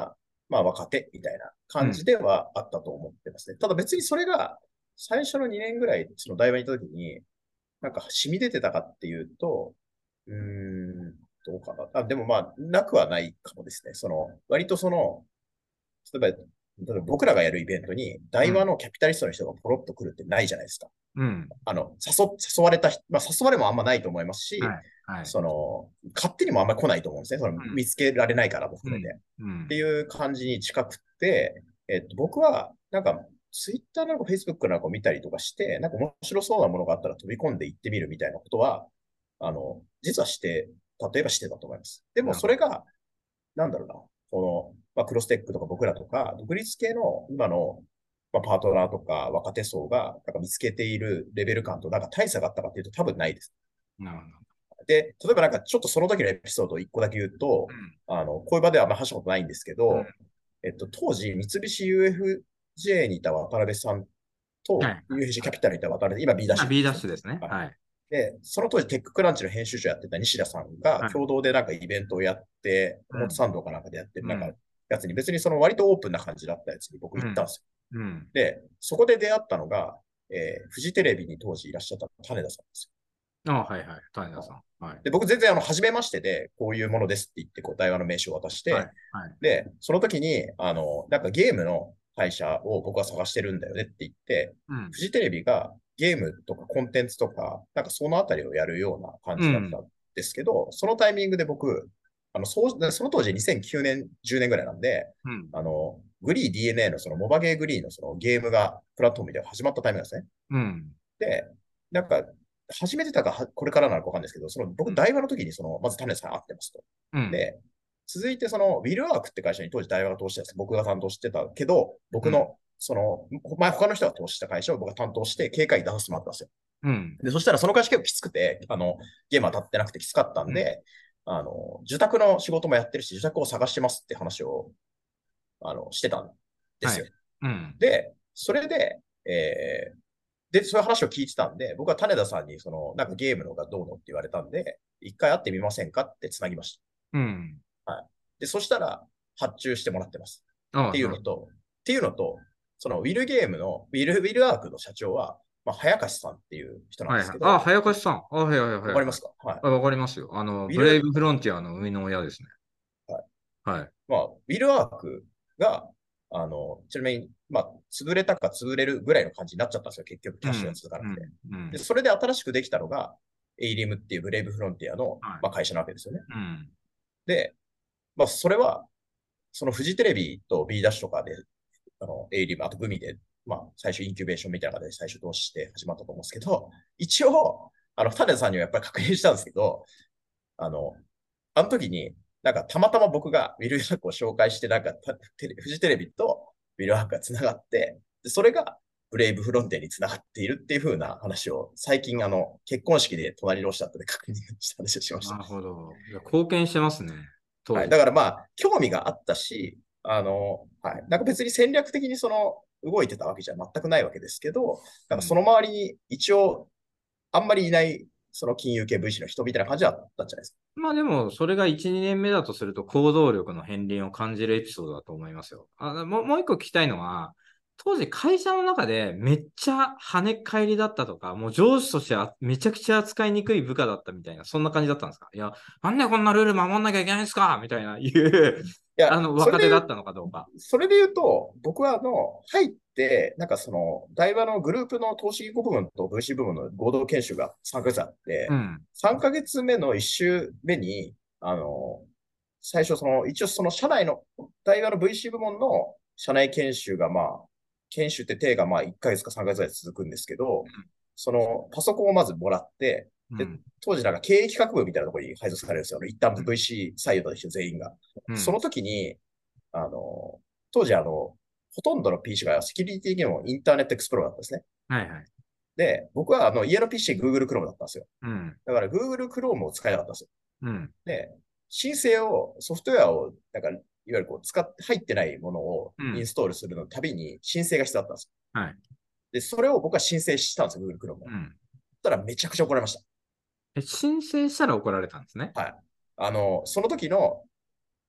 まあ若手みたいな感じうん。 ではあったと思ってますね。ただ別にそれが最初のにねんぐらい、その大学に行った時に、なんか染み出てたかっていうと、うーん、どうかな。あ、でもまあ、なくはないかもですね。その、割とその、例えば、例えば僕らがやるイベントに、大和うん。 のキャピタリストの人がポロッと来るってないじゃないですか。 うん。 あの、誘、誘われた人、まあ、誘われもあんまないと思いますし、 はい。はい。 その、勝手にもあんまり来ないと思うんですね。その、見つけられないからもうん。 含めて。ってうん。 いう感じに近くて、えっと、僕は、なんか、ツイッターなんかフェイスブックなんかを見たりとかして、なんか面白そうなものがあったら飛び込んで行ってみるみたいなことは、あの、実はして、例えばしてたと思います。でもなるほど。 それが、なんだろうな、この、まあ、クロステックとか僕らとか、独立系の今の、まあ、パートナーとか若手層がなんか見つけているレベル感となんか大差があったかっていうと多分ないです。 なるほど。 で、例えばなんかちょっとその時のエピソードを一個だけ言うと、あの、こういう場ではあんまり話したことないんですけうん。 ど、えっと、当時、三菱 ユーエフジェー にいた渡辺さんうん。はと、 い。 ユーエフジェー キャピタルにいた渡辺、今 B ダッ今シュにい B ダッるんですね。 シュですね。 はい。 はい。 で、その当時テッククランチの編集長やってた西田さんがはい。 共同でなんかイベントをやって、 うん。 表参道かなんかでやってるなんかうん。 やつに別にその割とオープンな感じだったやつに僕うん。 行ったんですよ。 うん。 で、そこで出会ったのが、えーフジテレビに当時いらっしゃった種田さんですあ、はいはい。種田よ。 さん。はい。 で、僕全然あの、初めましてで、こういうものですって言って、こう、対話の名刺を渡しはい。 て、 はい。 で、その時に、あの、なんかゲームの会社を僕は探してるんだよねって言って、 うん。 フジテレビがゲームとかコンテンツとか、なんかそのあたりをやるような感うん。 じだったんですけど、そのタイミングで僕、あの、そうその当時にせんきゅうねん、じゅうねんぐらいなんで、 うん。 あの、グリー ディーエヌエー のそのモバゲーグリーのそのゲームがプラットフォームで始まったタイミングですね。 うん。 で、なんか、始めてたか、これからなのかわかんないですけど、その僕、大話の時に、その、まず種さん会ってますと。 うん。 で、続いて、その、ウィルワークって会社に当時大話が投資してたんです。僕が担当してたけど、 うん。 僕の、その、前他の人が投資した会社を僕が担当して、経過に出させてもらったんですよ。 うん。 で、そしたらその会社結構きつくて、あの、ゲーム当たってなくてきつかったんうん。 で、あの、受託の仕事もやってるし、受託を探してますって話を、あの、してたんですよ。 はい。うん。 で、それで、えーで、そういう話を聞いてたんで、僕は種田さんに、その、なんかゲームのがどうのって言われたんで、一回会ってみませんかってつなぎましうん。 た。はい。で、そしたら、発注してもらってます。っあ、 ていうなるほど。 のと、っていうのと、その、ウィルゲームの、ウィル、ウィルアークの社長は、まあ、早川さんっていう人なんはいはい。あ、 ですけど、 早川さん。あ、はいはいはいはい。 わかりますか？はい。 あ、わかりますよ。あの、 ウィル、 ブレイブフロンティアの生みの親ですね。 はい。 はい。 まあ、ウィルアークが、あの、ちなみに、まあ、潰れたか潰れるぐらいの感じになっちゃったんですよ。結局、キャッシュがうん。 続かなくて。 うん。うで、 ん。 それで新しくできたのが、エイリムっていうブレイブフロンティアの、 はい。 まあ、会社なわけですよね。 うん。 で、まあ、それは、そのフジテレビと B ダッシュとかで、あの、エイリム、あとグミで、まあ、最初インキュベーションみたいなので最初投資して始まったと思うんですけど、一応、あの、種さんにはやっぱり確認したんですけど、あの、あの時に、なんかたまたま僕がウィル・ワークを紹介して、なんかテレフジテレビとウィル・ワークがつながって、でそれがブレイブフロンティアにつながっているっていう風な話を、最近、あの、結婚式で隣同士だったので確認した話をしました。 なるほど。じゃあ貢献してますね。当はい。 時。 だからまあ、興味があったし、あの、はい。なんか別に戦略的にその、動いてたわけじゃ全くないわけですけど、なんかそうん。 の周りに一応、あんまりいない、その金融系 ブイシー の人みたいな感じだったんじゃないですか。 まあでも、それがいち、にねんめだとすると行動力の片鱗を感じるエピソードだと思いますよ。あ、もう、もう一個聞きたいのは、当時会社の中でめっちゃ跳ね返りだったとか、もう上司としてはめちゃくちゃ扱いにくい部下だったみたいな、そんな感じだったんですか？いや、なんでこんなルール守んなきゃいけないんですかみたいな、いう、 いや、 あの、 それで言う、 若手だったのかどうか。 それで言うと、僕はあの、入って、なんかその、大和のグループの投資銀行部分と ブイシー 部分の合同研修がさんかげつあって、 うん。 さんかげつめのいっ週目に、あの、最初その、一応その社内の、大和の ブイシー 部門の社内研修がまあ、研修って定がまあいっかげつかさんかげつぐらい続くんですけど、そのパソコンをまずもらって、で、 うん。 当時なんか経営企画部みたいなところに配属されるんですよ。一旦 ブイシー 採用だった人全員が。 うん。 その時に、あの、当時あの、ほとんどの ピーシー がセキュリティにもインターネットエクスプローラーだったんですね。 はいはい。 で、僕はあの家の ピーシー、Google Chrome だったんですよ。 うん。 だから Google Chrome を使えなかったんですよ。 うん。 で、申請を、ソフトウェアを、なんか、いわゆるこう、使って、入ってないものをうん。 インストールするのたびに申請が必要だったんですよ。 はい。 で、それを僕は申請したんですよ、Google Chrome を。 うん。 そしたらめちゃくちゃ怒られましえ、申請したら怒られたんですね。 た。はい。あの、その時の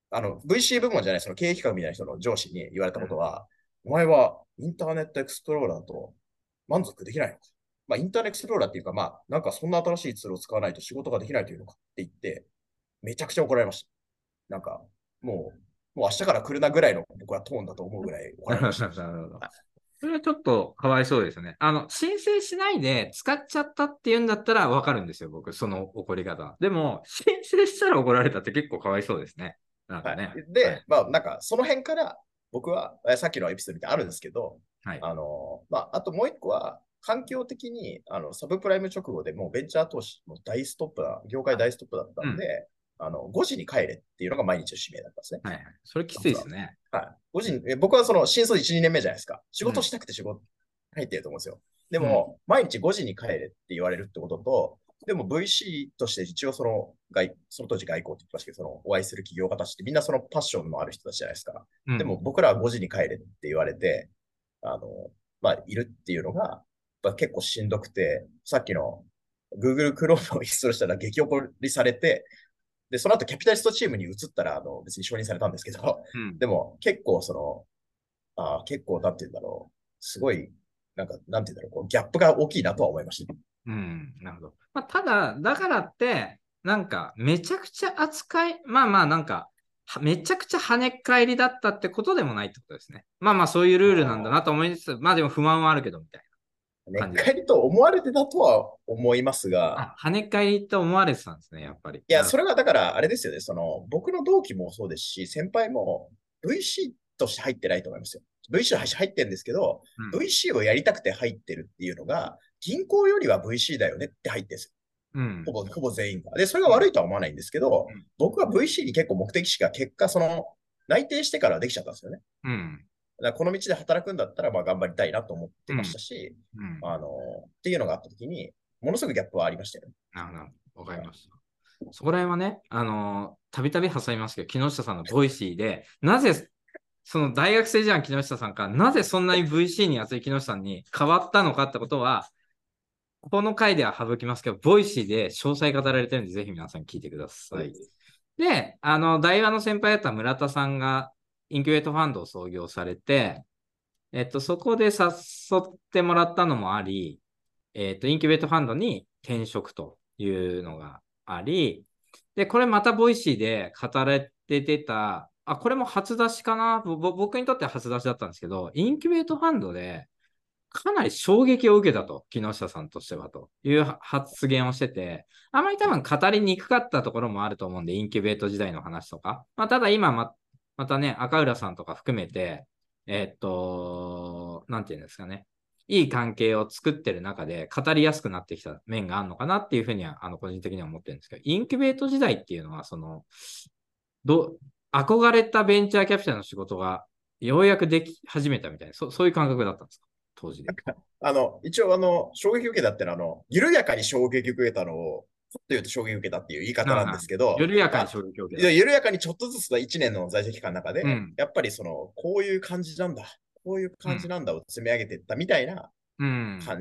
あの、ブイシー 部門じゃない、その経営企画みたいな人の上司に言われたことは、お前はインターネットエクスプローラーと満足できないのか。まあ、インターネットエクスプローラーっていうか、まあ、なんかそんな新しいツールを使わないと仕事ができないというのかって言って、めちゃくちゃ怒られました。なんか、もう、もう明日から来るなぐらいの僕はトーンだと思うぐらい怒られました。 なるほど。それはちょっとかわいそうですね。あの、申請しないで使っちゃったっていうんだったらわかるんですよ、僕、その怒り方。でも、申請したら怒られたって結構かわいそうですね。なんかはい。 ね。はで、 い。 まあ、なんか、その辺から僕は、さっきのエピソードみたいあるんですけど、 はい。 あの、まあ、あともう一個は、環境的に、あの、サブプライム直後でもうベンチャー投資も大ストップだ、業界あ、 大ストップだったうん。 んで、あの、ごじに帰れっていうのが毎日の使命だったんですね。 はいはい。それきつい実は。 ですね。 はい。ごじに、え僕はその新卒いち、にねんめじゃないですか。仕うん。 事したくて仕事入ってると思うんですよ。でうん。 も、毎日ごじに帰れって言われるってことと、でも ブイシー として一応その外、その当時外交って言ってましたけど、そのお会いする企業家たちってみんなそのパッションのある人たちじゃないですか。 うん。 でも僕らはごじに帰れって言われて、あの、まあ、いるっていうのが、まあ、結構しんどくて、さっきの Google Chrome をインストールしたら激怒りされて、で、その後キャピタリストチームに移ったら、あの、別に承認されたんですけど、 うん。 でも結構その、あ結構、なんて言うんだろう。すごい、なんか、なんて言うんだろう、こうギャップが大きいなとは思いました。 うん。なるほど。まあ、ただ、だからって、なんか、めちゃくちゃ扱い、まあまあ、なんか、はめちゃくちゃ跳ねっ返りだったってことでもないってことですね。まあまあ、そういうルールなんだなと思いつつ、まあでも不満はあるけど、みたいなねっ感じです。 かりと思われてたとは思いますが、 あ、跳ねっ返りと思われてたんですね、やっぱり。 いや、 なるほそれがだから、あれですよね、その、僕の同期もそうですし、先輩も ブイシー として入ってないと思いますよ。ブイシー は入ってるんですけど、 ど。うん。 ブイシー をやりたくて入ってるっていうのが、銀行よりは ブイシー だよねって入ってるんですよ。 うん。 ほぼ、ほぼ全員が。で、それがうん。 悪いとは思わないんですけど、 うん。 僕は ブイシー に結構目的しか結果、その、内定してからできちゃったんですよね。 うん。 だからこの道で働くんだったら、まあ頑張りたいなと思ってましうん。 たし、 うん。 あの、っていうのがあったときに、ものすごくギャップはありましたよね。 なるほど。わかりはい。 ました。そこら辺はね、あのーたびたび挟みますけど、木下さんのボイシーで、なぜ、その大学生じゃん、木下さんから、なぜそんなに ブイシー に熱い木下さんに変わったのかってことは、この回では省きますけど、ボイシーで詳細語られてるんで、ぜひ皆さん聞いてください。で、あの、大和の先輩だった村田さんが、インキュベートファンドを創業されて、えっと、そこで誘ってもらったのもあり、えっと、インキュベートファンドに転職というのがあり、で、これまたボイシーで語られて出た、あ、これも初出しかな、ぼ僕にとっては初出しだったんですけど、インキュベートファンドでかなり衝撃を受けたと、木下さんとしてはという発言をしてて、あまり多分語りにくかったところもあると思うんで、インキュベート時代の話とか。まあ、ただ今ま、またね、赤浦さんとか含めて、えーっと、なんていうんですかね。いい関係を作ってる中で語りやすくなってきた面があるのかなっていうふうには、あの、個人的には思ってるんですけど、インキュベート時代っていうのは、その、ど、憧れたベンチャーキャピタルの仕事がようやくでき始めたみたいな、そ、そういう感覚だったんですか当時で言うと。 あの、一応あの、衝撃受けたってのは、あの、緩やかに衝撃受けたのを、ちょっと言うと衝撃受けたっていう言い方なんでああ、 すけど、 緩やかにまあ、 衝撃を受けた。 緩やかにちょっとずついちねんの在籍期間の中で、 うん、 やっぱりその、こういう感じなんだ、こういううん、 感じなんだを積み上げていったみたいなうん、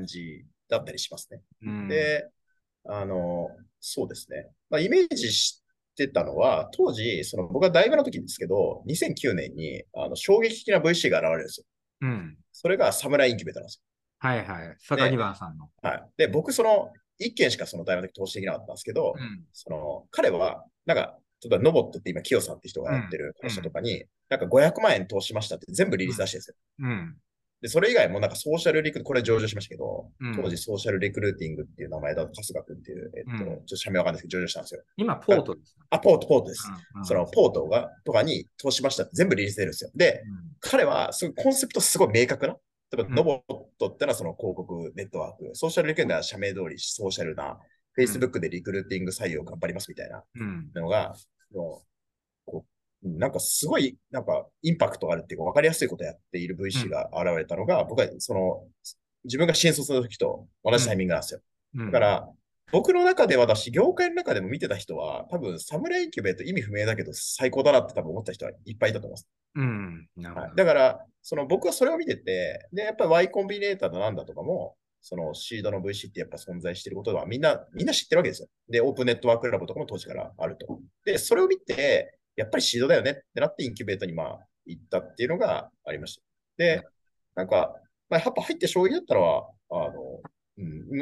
感じだったりしますね。 うん、 で、あの、そうですね。まあ、イメージしてたのは、当時、その僕が大学の時ですけど、にせんきゅうねんにあの衝撃的な ブイシー が現れるんですよ。 うん。 それがサムライインキュベーターなんですはいはい。 よ。 榊で、 原さんの。 はい。で、僕、その、一件しかその大学の時投資できなかったんですけど、 うん、 その、彼は、なんか、例えば、ノボットって今、キヨさんって人がうん、 やってる会社とうん、 かに、なんかごひゃくまん円投資しましたって全部リリース出してるんですよ。 うん、 で、それ以外もなんかソーシャルリクルート、これ上場しましたけど、 うん、 当時ソーシャルリクルーティングっていう名前だと、春日君っていう、えっと、ちょうん。 っと社名わかんないですけど、上場したんですよ。 今、ポートですね。 あ、ポート、ポートです。 うん、うん、 そのポートが、とかに投資しましたって全部リリース出るんですよ。で、彼は、すごいコンセプトすごい明確な。例えば、 うん、 ノボットってのはその広告ネットワーク、ソーシャルリクルーティングは社名通りソーシャルな、 うん、 Facebook でリクルーティング採用頑張りますみたいなうん、 のが、もうこうなんかすごい、なんかインパクトあるっていうか分かりやすいことをやっているうブイシーん、 が現れたのが、僕はその、自分が新卒の時と同じタイうん、 ミングなんですよ。 うん、 だから、僕の中で私、業界の中でも見てた人は、多分、サムライインキュベート意味不明だけど最高だなって多分思った人はいっぱいいたと思います。 うん、なるほはい、 ど。 だから、その僕はそれを見てて、で、やっぱり Y コンビネーターだなんだとかも、そのシードの ブイシー ってやっぱ存在していることはみんな、みんな知ってるわけですよ。で、オープンネットワークラボとかも当時からあると。で、それを見て、 やっぱりシードだよねってなってインキュベートにまあ行ったっていうのがありました。で、なんか、まあ、やっぱ入って衝撃だったのは、あの、うん、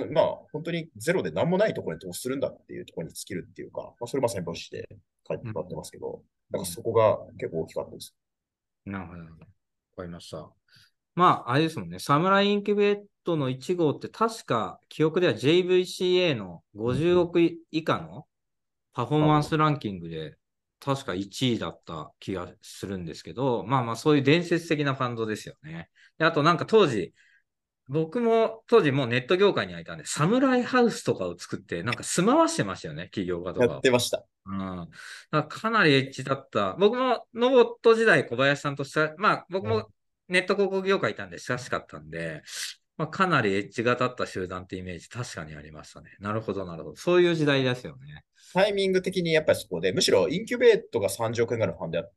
まあ、本当にゼロで何もないところに投資するんだっていうところに尽きるっていうか、まあ、それまさにボシで書いてうん。 もらってますけど、なんかうん。 そこが結構大きかったです。 なるほど。わかりました。まあ、あれですもんね。サムライインキュベートのいち号って確か記憶では ジェイブイシーエー の50 うんうん。 億以下のパフォーあの、 マンスランキングで確かいちいだった気がするんですけど、まあまあそういう伝説的なファンドですよね。で、あとなんか当時、僕も当時もうネット業界にはいたんで、サムライハウスとかを作ってなんか住まわしてましたよね、企業家とやかを。 ってました。 うん。だからかなりエッジだった。僕もロボット時代小林さんとした、まあ僕うん。 もネット広告業界いたんで親しかったんで、まあ、かなりエッジが立った集団ってイメージ確かにありましたね。なるほど、なるほど。そういう時代ですよね。 タイミング的にやっぱりそこで、むしろインキュベートがさんじゅうおくえんぐらいのファンドであって、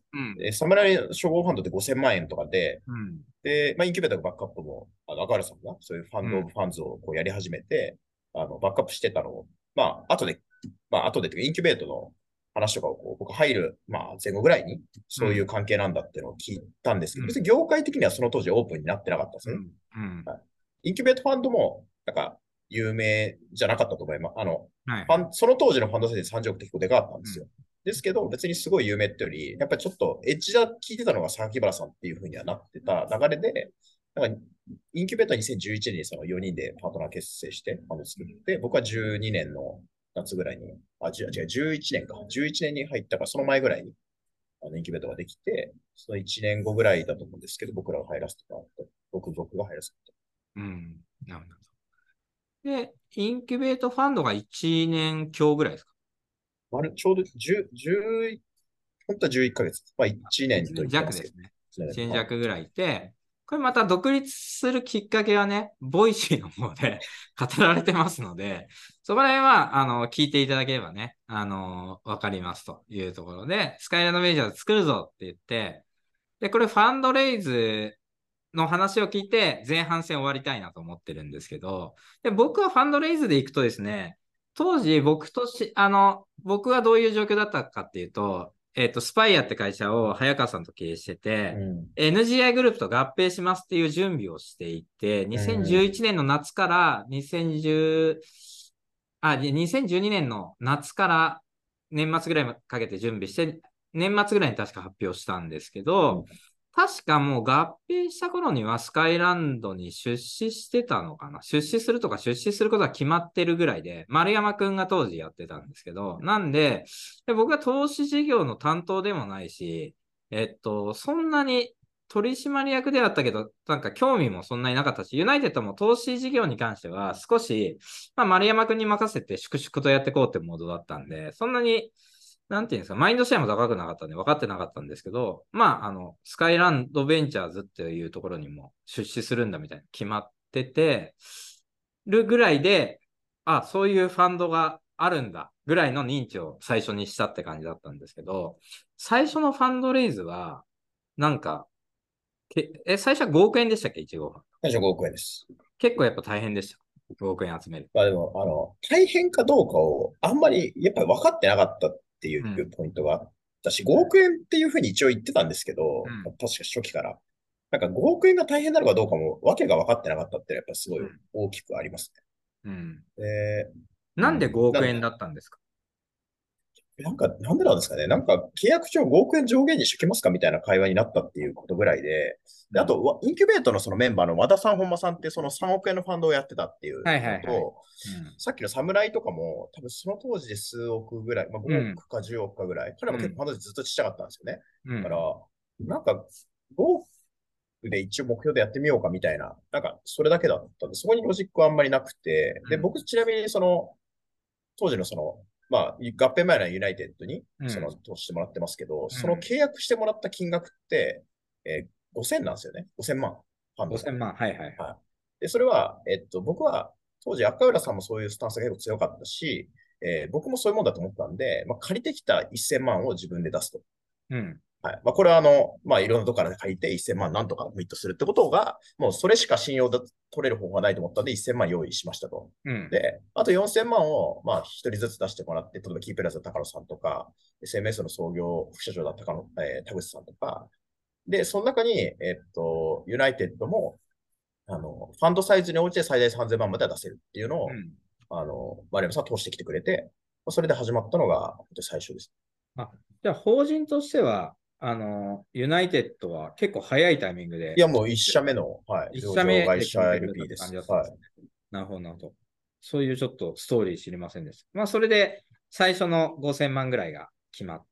うん。 えサムライ初号ファンドでごせんまん円とかで、 うん。 で、まあ、インキュベーターがバックアップも、あの、赤原さんがそういうファンドオブうん。 ファンズをこうやり始めて、あの、バックアップしてたのを、まあ、後で、まあ、後でというか、インキュベートの話とかをこう僕入る、まあ、前後ぐらいに、そういううん。 関係なんだっていうのを聞いたんですけど、別うん。 に業界的にはその当時オープンになってなかったんですよね。 うん。うん。 はい、インキュベートファンドも、なんか、有名じゃなかったと思います。あの、 はいはい。 ファンその当時のファンド制でさんじゅうおくって結構でかかったんでうん。 すよ。ですけど、別にすごい有名ってより、やっぱりちょっとエッジが効いてたのが榊原さんっていう風にはなってた流れで、なんかインキュベーターにせんじゅういちねんにそのよにんでパートナー結成してファンド作って、僕はじゅうにねんの夏ぐらいに、あ、違う違う、じゅういちねんか。じゅういちねんに入ったから、その前ぐらいにあのインキュベーターができて、そのいちねんごぐらいだと思うんですけど、僕らが入らせてもらった。僕、僕が入らせてもうん。なるほど。で、インキュベートファンドがいちねん強ぐらいですか？ らった。ちょうどじゅう、じゅう、本当はじゅういっかげつ。まあ、いちねんいちと年言ってますけど。 弱ですね。 いちねんいち年はい。 弱ぐらいいて、これまた独立するきっかけはね、ボイシーの方で語られてますので、そこら辺は、あの、聞いていただければね、あの、わかりますというところで、スカイランドメジャーズ作るぞって言って、で、これファンドレイズの話を聞いて、前半戦終わりたいなと思ってるんですけど、で、僕はファンドレイズで行くとですね、当時僕とし、あの、僕はどういう状況だったかっていうと、えっと、スパイアって会社を早川さんと経営してて、 うん。 エヌジーアイ グループと合併しますっていう準備をしていて、 う 2011 ん。 年の夏から2010、あ、でにせんじゅうにねんの夏から年末ぐらいかけて準備して、年末ぐらいに確か発表したんですけど、 うん。 確かもう合併した頃にはスカイランドに出資してたのかな。出資するとか出資することは決まってるぐらいで、丸山くんが当時やってたんですけど、なんで、で僕は投資事業の担当でもないし、えっと、そんなに取締役ではあったけど、なんか興味もそんなになかったし、ユナイテッドも投資事業に関しては少し、まあ、丸山くんに任せて粛々とやっていこうってモードだったんで、そんなになんていうんですか、マインドシェアも高くなかったんで分かってなかったんですけど、まあ、あの、スカイランドベンチャーズっていうところにも出資するんだみたいな決まってて、るぐらいで、あ、そういうファンドがあるんだぐらいの認知を最初にしたって感じだったんですけど、最初のファンドレイズは、なんか、けえ、最初はごおく円でしたっけ？ いち 号。 最初ごおく円です。 結構やっぱ大変でした。ごおく円集める。 まあでも、あの、大変かどうかをあんまりやっぱり分かってなかったっていうん。 うポイントがあったし、ごおく円っていうふうに一応言ってたんですけど、 うん。 確か初期から。なんかごおく円が大変なのかどうかもわけが分かってなかったってやっぱすごいうん。 大きくありますうん。 ね。で、うなんでん。 5億円なんだったんですか？ なんか、なんでなんですかね。なんか、契約上ごおく円上限にしときますかみたいな会話になったっていうことぐらいで、で、あうん。 と、わインキュベートのそのメンバーの和田さん、本間さんってそのさんおく円のファンドをやってたっていうはいはいはい。 のと、 うん。 さっきの侍とかも、多分その当時で数億ぐらい、まあ、5 うん。 億かじゅうおくかぐらい、彼も結構うん。 ファンドでずっとちっちゃかったんですよね。だから、 うん。 なんか、ごおくで一応目標でやってみようかみたいな、なんか、それだけだったんで、そこにロジックはあんまりなくて、で、僕、ちなみにその、当時のその、まあ、合併前のユナイテッドに、その、 うん。 投資してもらってますけど、そのうん。 契約してもらった金額って、えー、ごせんなんですよね。ごせんまん、ファンドが。 ごせんまん。はいはいはい。 はい。で、それは、えっと、僕は、当時赤浦さんもそういうスタンスが結構強かったし、えー僕もそういうもんだと思ったんで、まあ、借りてきたせんまんを自分で出すと。 うん。 はい。まあ、これはあの、まあ、いろんなとこから借りてせんまんなんとかミットするってことが、もうそれしか信用だ取れる方法がないと思ったんでせんまん用意しましたと。 うん。 で、あとよんせんまんを、まあ、一人ずつ出してもらって、例えばキープレイヤーズの高野さんとか、 エスエムエス の創業副社長だったかの、えー田口さんとか、で、その中に、えっと、ユナイテッドも、あの、ファンドサイズに応じて最大さんぜんまんまでは出せるっていうのを、 うん。 あの、丸山さんは通してきてくれて、それで始まったのが本当に最初です。 あ、じゃあ、法人としては、あの、ユナイテッドは結構早いタイミングで、 いや、もう一社目の、はい、上一社場会社目で決めてくれたっエルピーてです。 感じだったんですね。 はい。 なるほど、なるほど。そういうちょっとストーリー知りませんでした。まあ、それで最初のごせんまんぐらいが決まって、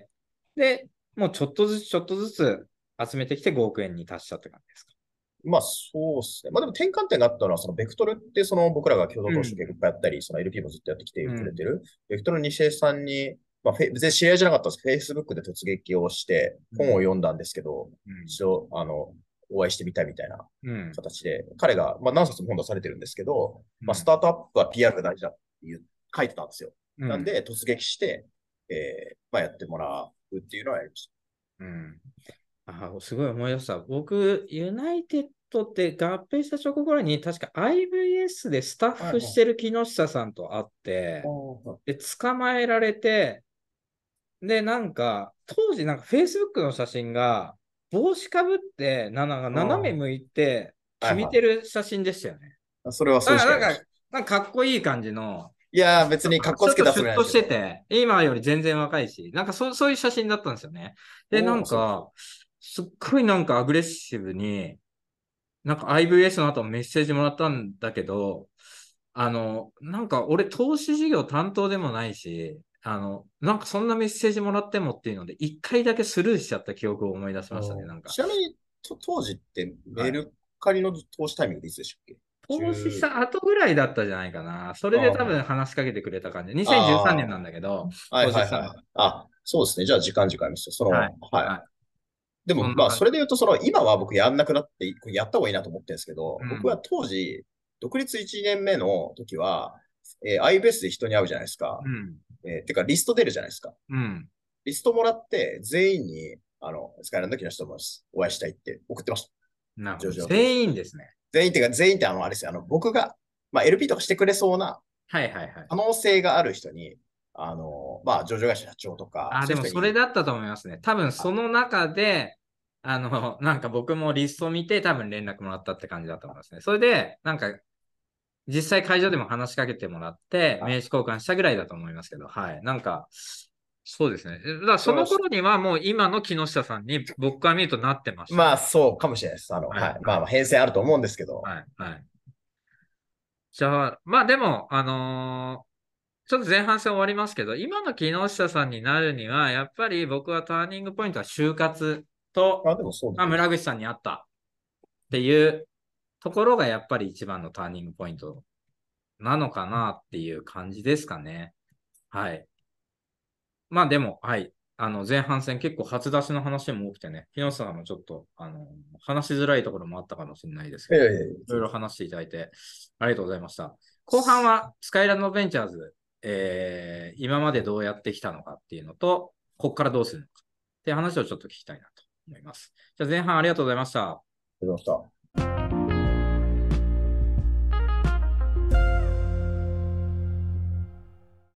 で、もうちょっとずつちょっとずつ集めてきてごおく円に達したって感じですか。 まあ、そうですね。まあでも転換点があったのは、そのベクトルってその僕らが共同投資をうん。 結構やったり、その エルピー もずっとやってきてうん。 くれてる、ベクトル西江さんに、まあ、フェ別に知り合いじゃなかったんですけど、Facebook で突撃をしてうん。 本を読んだんですけど、 うん。 一度、あの、お会いしてみたいみたいなうん。 形で、彼が、まあ何冊も本出されてるんですけど、まあスうん。 タートアップは ピーアール が大事だっていう書いてたんですよ。 うん。 なんで突撃して、えー、まあやってもらうっていうのはやりましうん。あ、すごい思い出した。僕、ユナイテッドって合併した直後ぐらいに、確か アイブイエス でスタッた。はいフはい。 してる木下さんと会って、で、捕まえられて、で、なんか、当時なんか Facebook の写真が、帽子かぶって、な、なんか斜め向いて、決めてはいはる写真でしたよね。 い。それはそういうだからなんか、 時期ありました。 なんかかっこいい感じの、 いやー、別に格好ちょっとつけたつシュッとしてもりなんですけど。 て、今より全然若いし、なんかそ、そういう写真だったんですよね。で、なおー、そう。 んか、すっごいなんかアグレッシブに、なんか アイブイエス の後メッセージもらったんだけど、あの、なんか俺投資事業担当でもないし、あの、なんかそんなメッセージもらってもっていうので、一回だけスルーしちゃった記憶を思い出しあましたね、 ーなんか。 ちなみに、と当時ってメはい。 ルカリの投資タイミングでいつでしたっけ？ 投資しじゅう、 た後ぐらいだったじゃないかな。それで多分あ話しかけてくれた感じ。 あ、 にせんじゅうさんねんなああ、 んだけど、 はい投資したのは。 はいはい。あ、そうですね。じゃあ時間時間見せて、そはい。 の、はい。 はい。 でも、まあ、 そんな感じ。 それで言うと、その、今は僕やんなくなって、これやった方がいいなと思ってるんですけど、僕はうん。 当時、独立いちねんめの時は、えー、アイベース で人に会うじゃないですか。 うん。 えーてか、リスト出るじゃないですか。 うん。 リストもらって、全員に、あの、スカイランド機の人もお会いしたいって送ってました。 なるほど。 上場当時。 全員ですね。 全員っていうか、全員ってあの、あれですよ。あの、僕が、まあ、エルピー とかしてくれそうなはいはいはい。 可能性がある人に、あの、まあ、上場会社社長とか、 あ、でもそれそういう人に、 だったと思いますね。多分そあ、 の中で、あの、なんか僕もリストを見て多分連絡もらったって感じだと思いますね。それで、なんか実際会場でも話しかけてもらって、名あ、 刺交換したぐらいだと思いますけど、はい。なんか、そうですね。だからそその、 の頃にはもう今の木下さんに僕から見るとなってましたまあ、 ね。 そうかもしれないです。あの、 はい、 はい。まあ、 はい、 まあ、変遷あると思うんですけど、 はい、はい。じゃあ、まあでも、あのーちょっと前半戦終わりますけど、今の木下さんになるには、やっぱり僕はターニングポイントは就活と、 まあ、でもそうまあ、 です。 村口さんに会ったっていうところがやっぱり一番のターニングポイントなのかなっていう感じですかね。はい。まあでも、はい。あの、前半戦結構初出しの話も多くてね、木下さんもちょっと、あの、話しづらいところもあったかもしれないですけど、 いやいやいや、 いろいろ話していただいてありがとうございました。後半はスカイランドベンチャーズ、えー、今までどうやってきたのかっていうのと、ここからどうするのかっていう話をちょっと聞きたいなと思います。じゃあ前半ありがとうございました。 出ました。